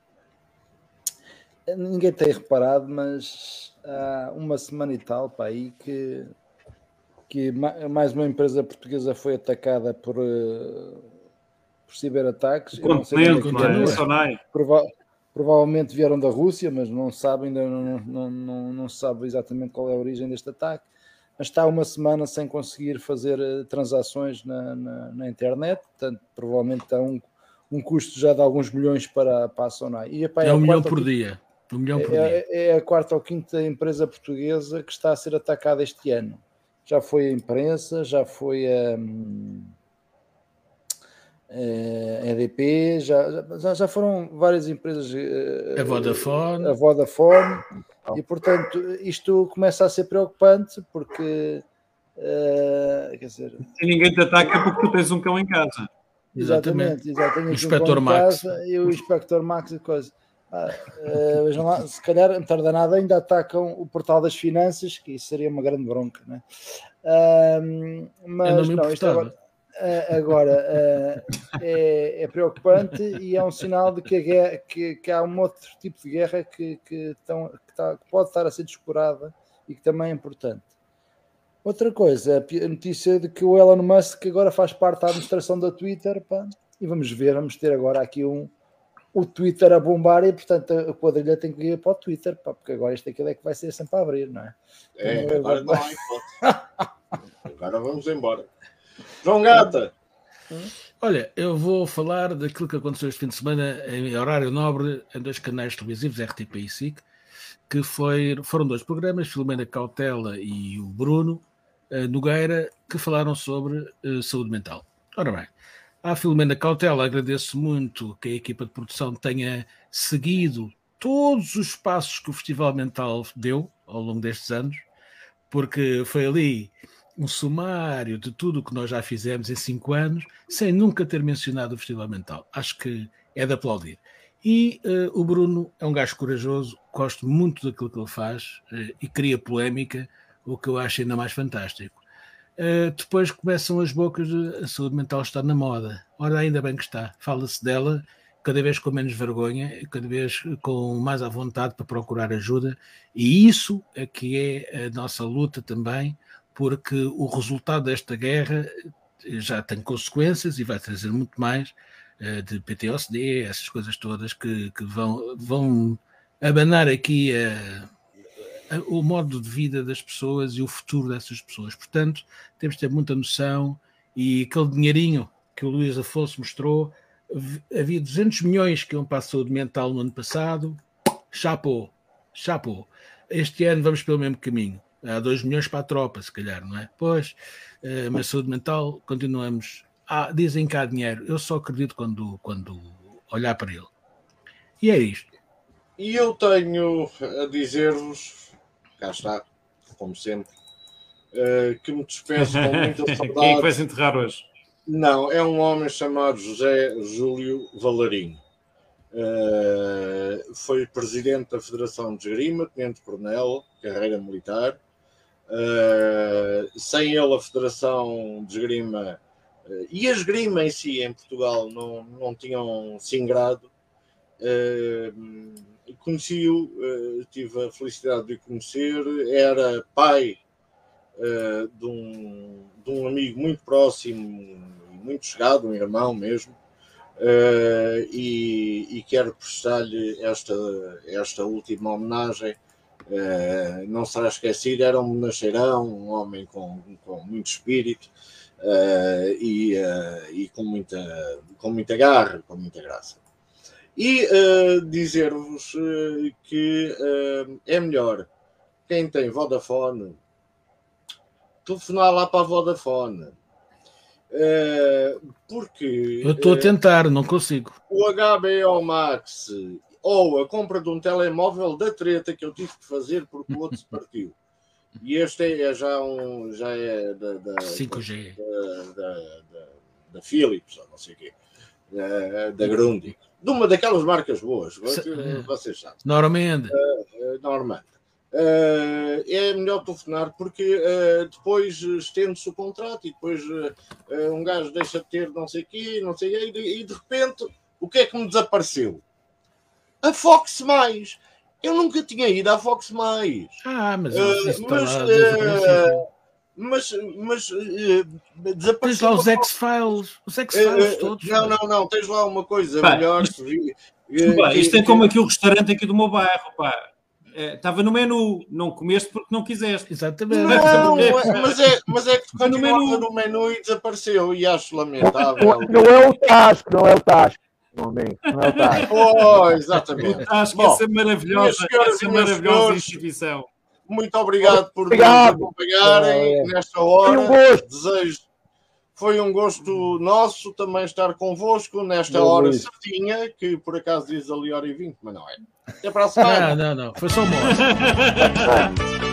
Ninguém tem reparado, mas há uma semana e tal para aí que que mais uma empresa portuguesa foi atacada por, uh, por ciberataques. O Continente, não é? Sonai. Prova provavelmente vieram da Rússia, mas não sabe, ainda não, não, não, não se sabe exatamente qual é a origem deste ataque. Mas está uma semana sem conseguir fazer transações na, na, na internet, portanto, provavelmente está um, um custo já de alguns milhões para, para a Sonai. E, epá, é, é um milhão por dia. Um milhão por é, dia. É a quarta ou quinta empresa portuguesa que está a ser atacada este ano. Já foi a imprensa, já foi a, a E D P, já, já, já foram várias empresas. A Vodafone. A Vodafone. E, portanto, isto começa a ser preocupante porque, uh, quer dizer... Se ninguém te ataca porque tu tens um cão em casa. Exatamente, exatamente. O Inspector um Max. Casa, e o Inspector Max e coisa. Ah, uh, vejam lá, se calhar, não tarda nada, ainda atacam o portal das finanças, que isso seria uma grande bronca, não é? Uh, mas não, não isto agora, uh, agora uh, é, é preocupante e é um sinal de que, a guerra, que, que há um outro tipo de guerra que, que, tão, que, tá, que pode estar a ser descurada e que também é importante. Outra coisa, a notícia de que o Elon Musk agora faz parte da administração da Twitter, pá, e vamos ver, vamos ter agora aqui um o Twitter a bombar e, portanto, a quadrilha tem que ir para o Twitter, pá, porque agora isto aquilo é que vai ser sempre a abrir, não é? É, então, agora não há hipótese. Agora vamos embora. João Gata! Olha, eu vou falar daquilo que aconteceu este fim de semana em horário nobre em dois canais televisivos, R T P e S I C, que foi, foram dois programas, Filomena Cautela e o Bruno uh, Nogueira, que falaram sobre uh, saúde mental. Ora bem, à Filomena Cautela agradeço muito que a equipa de produção tenha seguido todos os passos que o Festival Mental deu ao longo destes anos, porque foi ali um sumário de tudo o que nós já fizemos em cinco anos, sem nunca ter mencionado o Festival Mental. Acho que é de aplaudir. E uh, o Bruno é um gajo corajoso, gosto muito daquilo que ele faz uh, e cria polémica, o que eu acho ainda mais fantástico. Uh, depois começam as bocas de a saúde mental está na moda. Ora, ainda bem que está. Fala-se dela cada vez com menos vergonha, cada vez com mais à vontade para procurar ajuda, e isso é que é a nossa luta também, porque o resultado desta guerra já tem consequências e vai trazer muito mais uh, de P T S D, essas coisas todas que, que vão, vão abanar aqui a o modo de vida das pessoas e o futuro dessas pessoas. Portanto, temos de ter muita noção e aquele dinheirinho que o Luís Afonso mostrou, havia duzentos milhões que iam para a saúde mental no ano passado, chapou, chapou. Este ano vamos pelo mesmo caminho. Há dois milhões para a tropa, se calhar, não é? Pois, mas saúde mental, continuamos. Ah, dizem que há dinheiro. Eu só acredito quando, quando olhar para ele. E é isto. E eu tenho a dizer-vos, cá está, como sempre, uh, que me despeço com muita saudade. Quem é que vais enterrar hoje? Não, é um homem chamado José Júlio Valarinho. Uh, foi presidente da Federação de Esgrima, tenente-coronel, carreira militar. Uh, sem ele, a Federação de Esgrima uh, e a esgrima em si, em Portugal, não, não tinham singrado. Uh, Conheci-o, uh, tive a felicidade de o conhecer, era pai uh, de, um, de um amigo muito próximo, muito chegado, um irmão mesmo, uh, e, e quero prestar-lhe esta, esta última homenagem. Uh, não será esquecido, era um nasceirão, um homem com, com muito espírito uh, e, uh, e com, muita, com muita garra, com muita graça. E uh, dizer-vos uh, que uh, é melhor quem tem Vodafone telefonar lá para a Vodafone. Uh, porque... Eu estou a tentar, uh, não consigo. O H B O Max ou a compra de um telemóvel da treta que eu tive que fazer porque o outro se partiu. E este é, é já um... já é da... da cinco G. Da, da, da, da Philips, ou não sei o quê. Da, da Grundig. De uma daquelas marcas boas, vocês sabem. Normand. Uh, Normand. Uh, é melhor telefonar porque uh, depois estende-se o contrato e depois uh, uh, um gajo deixa de ter não sei o quê, não sei o quê, e de repente o que é que me desapareceu? A Fox Mais. Eu nunca tinha ido à Fox Mais. Ah, mas, uh, mas uh, Mas, mas uh, desapareceu. Tens lá os X-Files, os X-Files uh, todos. Não, não, não, tens lá uma coisa Pai, melhor. Isto, Pá, isto é como aquele restaurante aqui do meu bairro, pá. Estava é, no menu, não comeste porque não quiseste. Exatamente. Não, mas é, mas é que continuava no menu. no menu e desapareceu, e acho lamentável. Não, não é o Tasco, não é o Tasco. Não, amigo, não é o Tasco. Oh, exatamente. O Tasco, essa maravilhosa, essa maravilhosa instituição. Muito obrigado por obrigado. nos acompanharem é. nesta hora. Foi um gosto. Desejo. Foi um gosto nosso também estar convosco nesta Meu hora Luís. certinha, que por acaso diz ali hora e vinte, mas não é. Até para a semana. Não, não, não. Foi só uma hora.